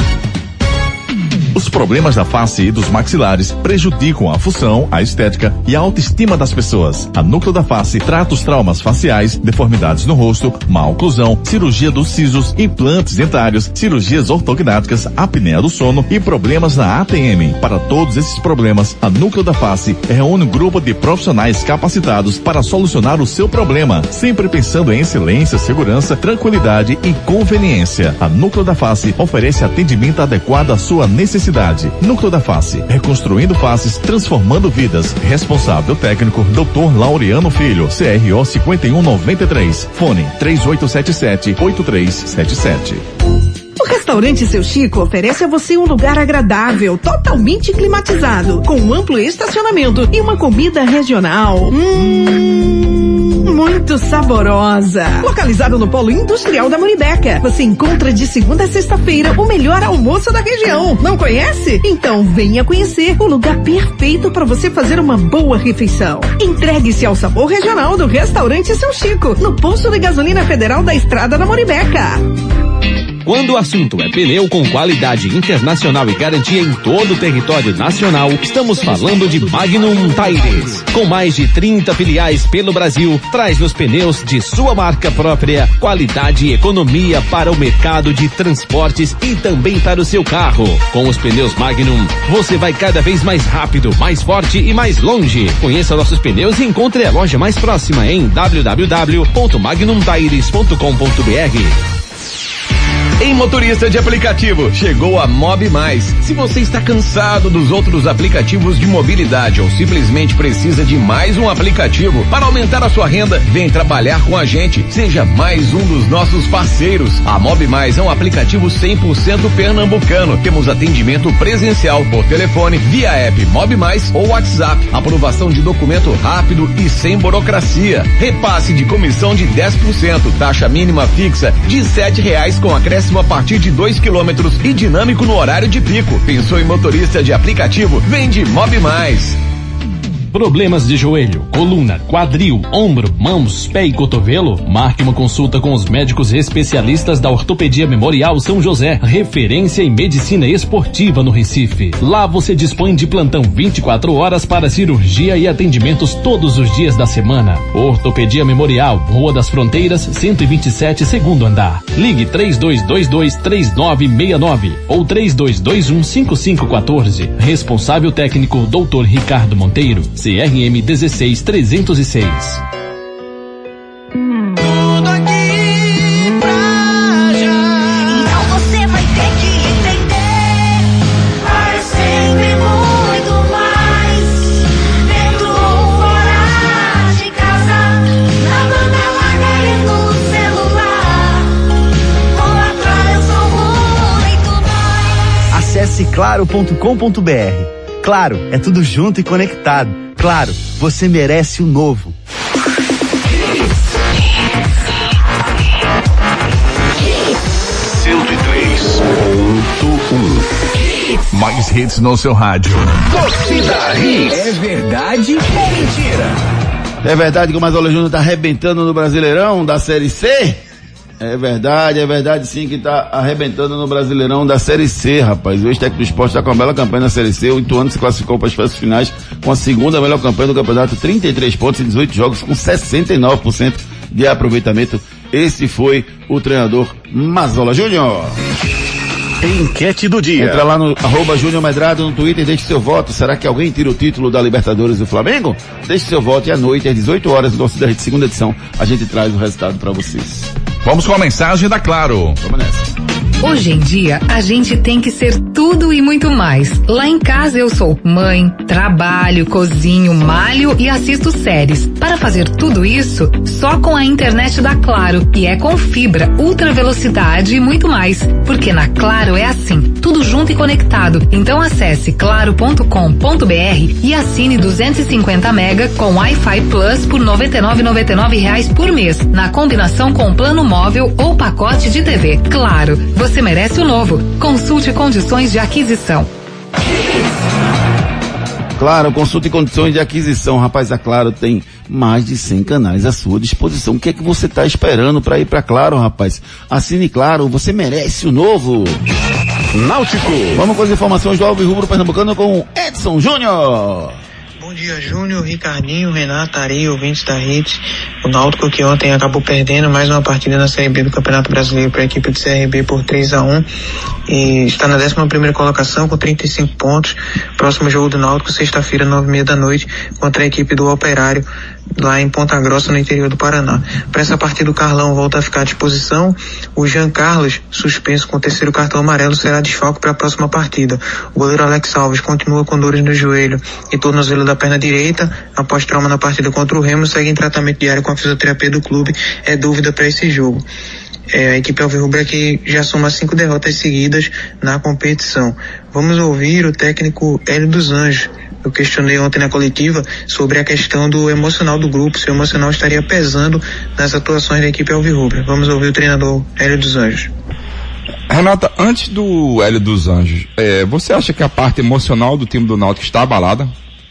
Os problemas da face e dos maxilares prejudicam a função, a estética e a autoestima das pessoas. A Núcleo da Face trata os traumas faciais, deformidades no rosto, má oclusão, cirurgia dos sisos, implantes dentários, cirurgias ortognáticas, apneia do sono e problemas na ATM. Para todos esses problemas, a Núcleo da Face reúne um grupo de profissionais capacitados para solucionar o seu problema, sempre pensando em excelência, segurança, tranquilidade e conveniência. A Núcleo da Face oferece atendimento adequado à sua necessidade. Núcleo da Face, reconstruindo faces, transformando vidas. Responsável técnico, Dr. Laureano Filho, CRO 5193. Fone 3877-8377. O restaurante Seu Chico oferece a você um lugar agradável, totalmente climatizado, com um amplo estacionamento e uma comida regional. muito saborosa. Localizado no Polo Industrial da Muribeca, você encontra de segunda a sexta-feira o melhor almoço da região. Não conhece? Então venha conhecer o lugar perfeito para você fazer uma boa refeição. Entregue-se ao sabor regional do restaurante Seu Chico, no posto de gasolina federal da Estrada da Muribeca. Quando o assunto é pneu com qualidade internacional e garantia em todo o território nacional, estamos falando de Magnum Tires. Com mais de 30 filiais pelo Brasil, traz nos pneus de sua marca própria, qualidade e economia para o mercado de transportes e também para o seu carro. Com os pneus Magnum, você vai cada vez mais rápido, mais forte e mais longe. Conheça nossos pneus e encontre a loja mais próxima em www.magnumtires.com.br. Em motorista de aplicativo, chegou a Mob Mais. Se você está cansado dos outros aplicativos de mobilidade ou simplesmente precisa de mais um aplicativo para aumentar a sua renda, vem trabalhar com a gente. Seja mais um dos nossos parceiros. A Mob Mais é um aplicativo 100% pernambucano. Temos atendimento presencial por telefone, via app Mob Mais ou WhatsApp. Aprovação de documento rápido e sem burocracia. Repasse de comissão de 10%. Taxa mínima fixa de R$7 com acréscimo a partir de 2 km e dinâmico no horário de pico. Pensou em motorista de aplicativo? Vem de Mob Mais. Problemas de joelho, coluna, quadril, ombro, mãos, pé e cotovelo? Marque uma consulta com os médicos especialistas da Ortopedia Memorial São José, referência em medicina esportiva no Recife. Lá você dispõe de plantão 24 horas para cirurgia e atendimentos todos os dias da semana. Ortopedia Memorial, Rua das Fronteiras, 127, segundo andar. Ligue 3222-3969 ou 3221-5514. Responsável técnico Dr. Ricardo Monteiro, CRM 16306. Tudo aqui pra já. Então você vai ter que entender. Vai sempre muito mais. Dentro ou fora de casa. Na banda larga e no celular. Ou atrás eu sou muito mais. Acesse claro.com.br. Claro, é tudo junto e conectado. Claro, você merece o novo. 103.1. Mais hits no seu rádio. Torcida Hits. É verdade ou mentira? É verdade que o Mazola Júnior tá arrebentando no Brasileirão da Série C? É verdade sim que tá arrebentando no Brasileirão da Série C, rapaz. O ex-técnico do Sport tá com uma bela campanha na Série C, 8 anos se classificou para as fases finais com a segunda melhor campanha do campeonato, 33 pontos em 18 jogos com 69% de aproveitamento. Esse foi o treinador Mazola Júnior. Enquete do dia. Entra lá no @Júnior Medrado no Twitter e deixe seu voto. Será que alguém tira o título da Libertadores do Flamengo? Deixe seu voto e à noite, às 18 horas, no Torcida Hits, segunda edição, a gente traz o resultado para vocês. Vamos com a mensagem da Claro. Vamos nessa. Hoje em dia, a gente tem que ser tudo e muito mais. Lá em casa eu sou mãe, trabalho, cozinho, malho e assisto séries. Para fazer tudo isso, só com a internet da Claro. E é com fibra, ultra velocidade e muito mais. Porque na Claro é assim, tudo junto e conectado. Então acesse claro.com.br e assine 250 mega com Wi-Fi Plus por R$ 99,99 por mês. Na combinação com plano móvel ou pacote de TV. Claro, você merece o novo. Consulte condições de aquisição. Claro, consulte condições de aquisição. Rapaz, a Claro tem mais de 100 canais à sua disposição. O que é que você está esperando para ir para Claro, rapaz? Assine Claro, você merece o novo. Náutico. Vamos com as informações do Alves Rubro Pernambucano com Edson Júnior. Bom dia, Júnior, Ricardinho, Renato, Ari, ouvintes da Hits. O Náutico que ontem acabou perdendo mais uma partida na Série B do Campeonato Brasileiro para a equipe do CRB por 3-1 e está na 11ª colocação com 35 pontos. Próximo jogo do Náutico, sexta-feira, 9h30 da noite, contra a equipe do Operário, lá em Ponta Grossa, no interior do Paraná. Para essa partida, o Carlão volta a ficar à disposição. O Jean Carlos, suspenso com o 3º cartão amarelo, será desfalque para a próxima partida. O goleiro Alex Alves continua com dores no joelho e tornozelo da perna direita. Após trauma na partida contra o Remo, segue em tratamento diário com a fisioterapia do clube. É dúvida para esse jogo. A equipe alvirrubra que já soma 5 derrotas seguidas na competição. Vamos ouvir o técnico Hélio dos Anjos Eu questionei ontem na coletiva sobre a questão do emocional do grupo, se o emocional estaria pesando nas atuações da equipe alvirrubra. Vamos ouvir o treinador Hélio dos Anjos. Renata, antes do Hélio dos Anjos, você acha que a parte emocional do time do Náutico está abalada?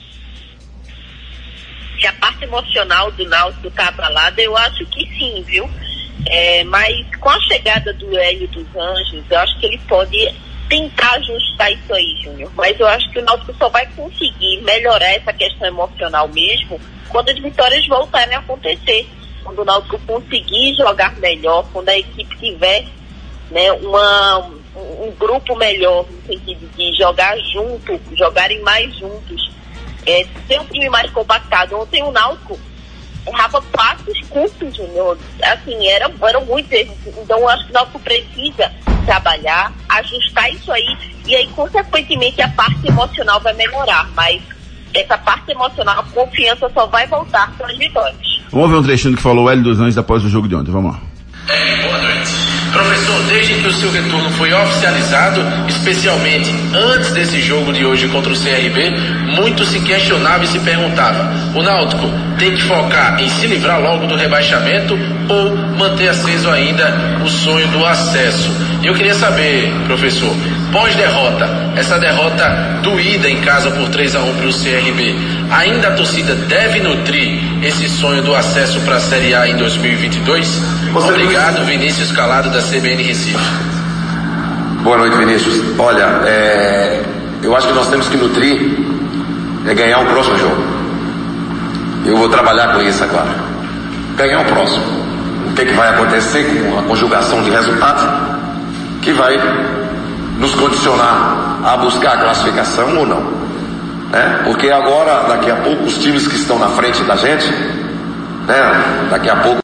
Se a parte emocional do Náutico está abalada, eu acho que sim, viu? Mas com a chegada do Hélio dos Anjos, eu acho que ele pode tentar ajustar isso aí, Júnior. Mas eu acho que o Náutico só vai conseguir melhorar essa questão emocional mesmo quando as vitórias voltarem a acontecer. Quando o Náutico conseguir jogar melhor, quando a equipe tiver, né, um grupo melhor, no sentido de jogar junto, jogarem mais juntos, ter um time mais compactado. Ontem o Náutico errava passos curtos, Júnior. Assim, eram muitos erros. Então eu acho que o Náutico precisa trabalhar, ajustar isso aí, e aí, consequentemente, a parte emocional vai melhorar. Mas essa parte emocional, a confiança só vai voltar com as vitórias. Vamos ver um trechinho do que falou o Hélio dos Anjos após o jogo de ontem. Vamos lá. Boa noite. Professor, desde que o seu retorno foi oficializado, especialmente antes desse jogo de hoje contra o CRB, muito se questionava e se perguntava: o Náutico tem que focar em se livrar logo do rebaixamento ou manter aceso ainda o sonho do acesso? E eu queria saber, professor, pós-derrota, essa derrota doída em casa por 3-1 para o CRB, ainda a torcida deve nutrir esse sonho do acesso para a Série A em 2022? Obrigado, Vinícius Calado, da CBN Recife. Boa noite, Vinícius. Olha, eu acho que nós temos que nutrir ganhar o próximo jogo. Eu vou trabalhar com isso agora. Ganhar o próximo. O que vai acontecer com a conjugação de resultados que vai nos condicionar a buscar a classificação ou não, né? Porque agora, daqui a pouco, os times que estão na frente da gente, né? Daqui a pouco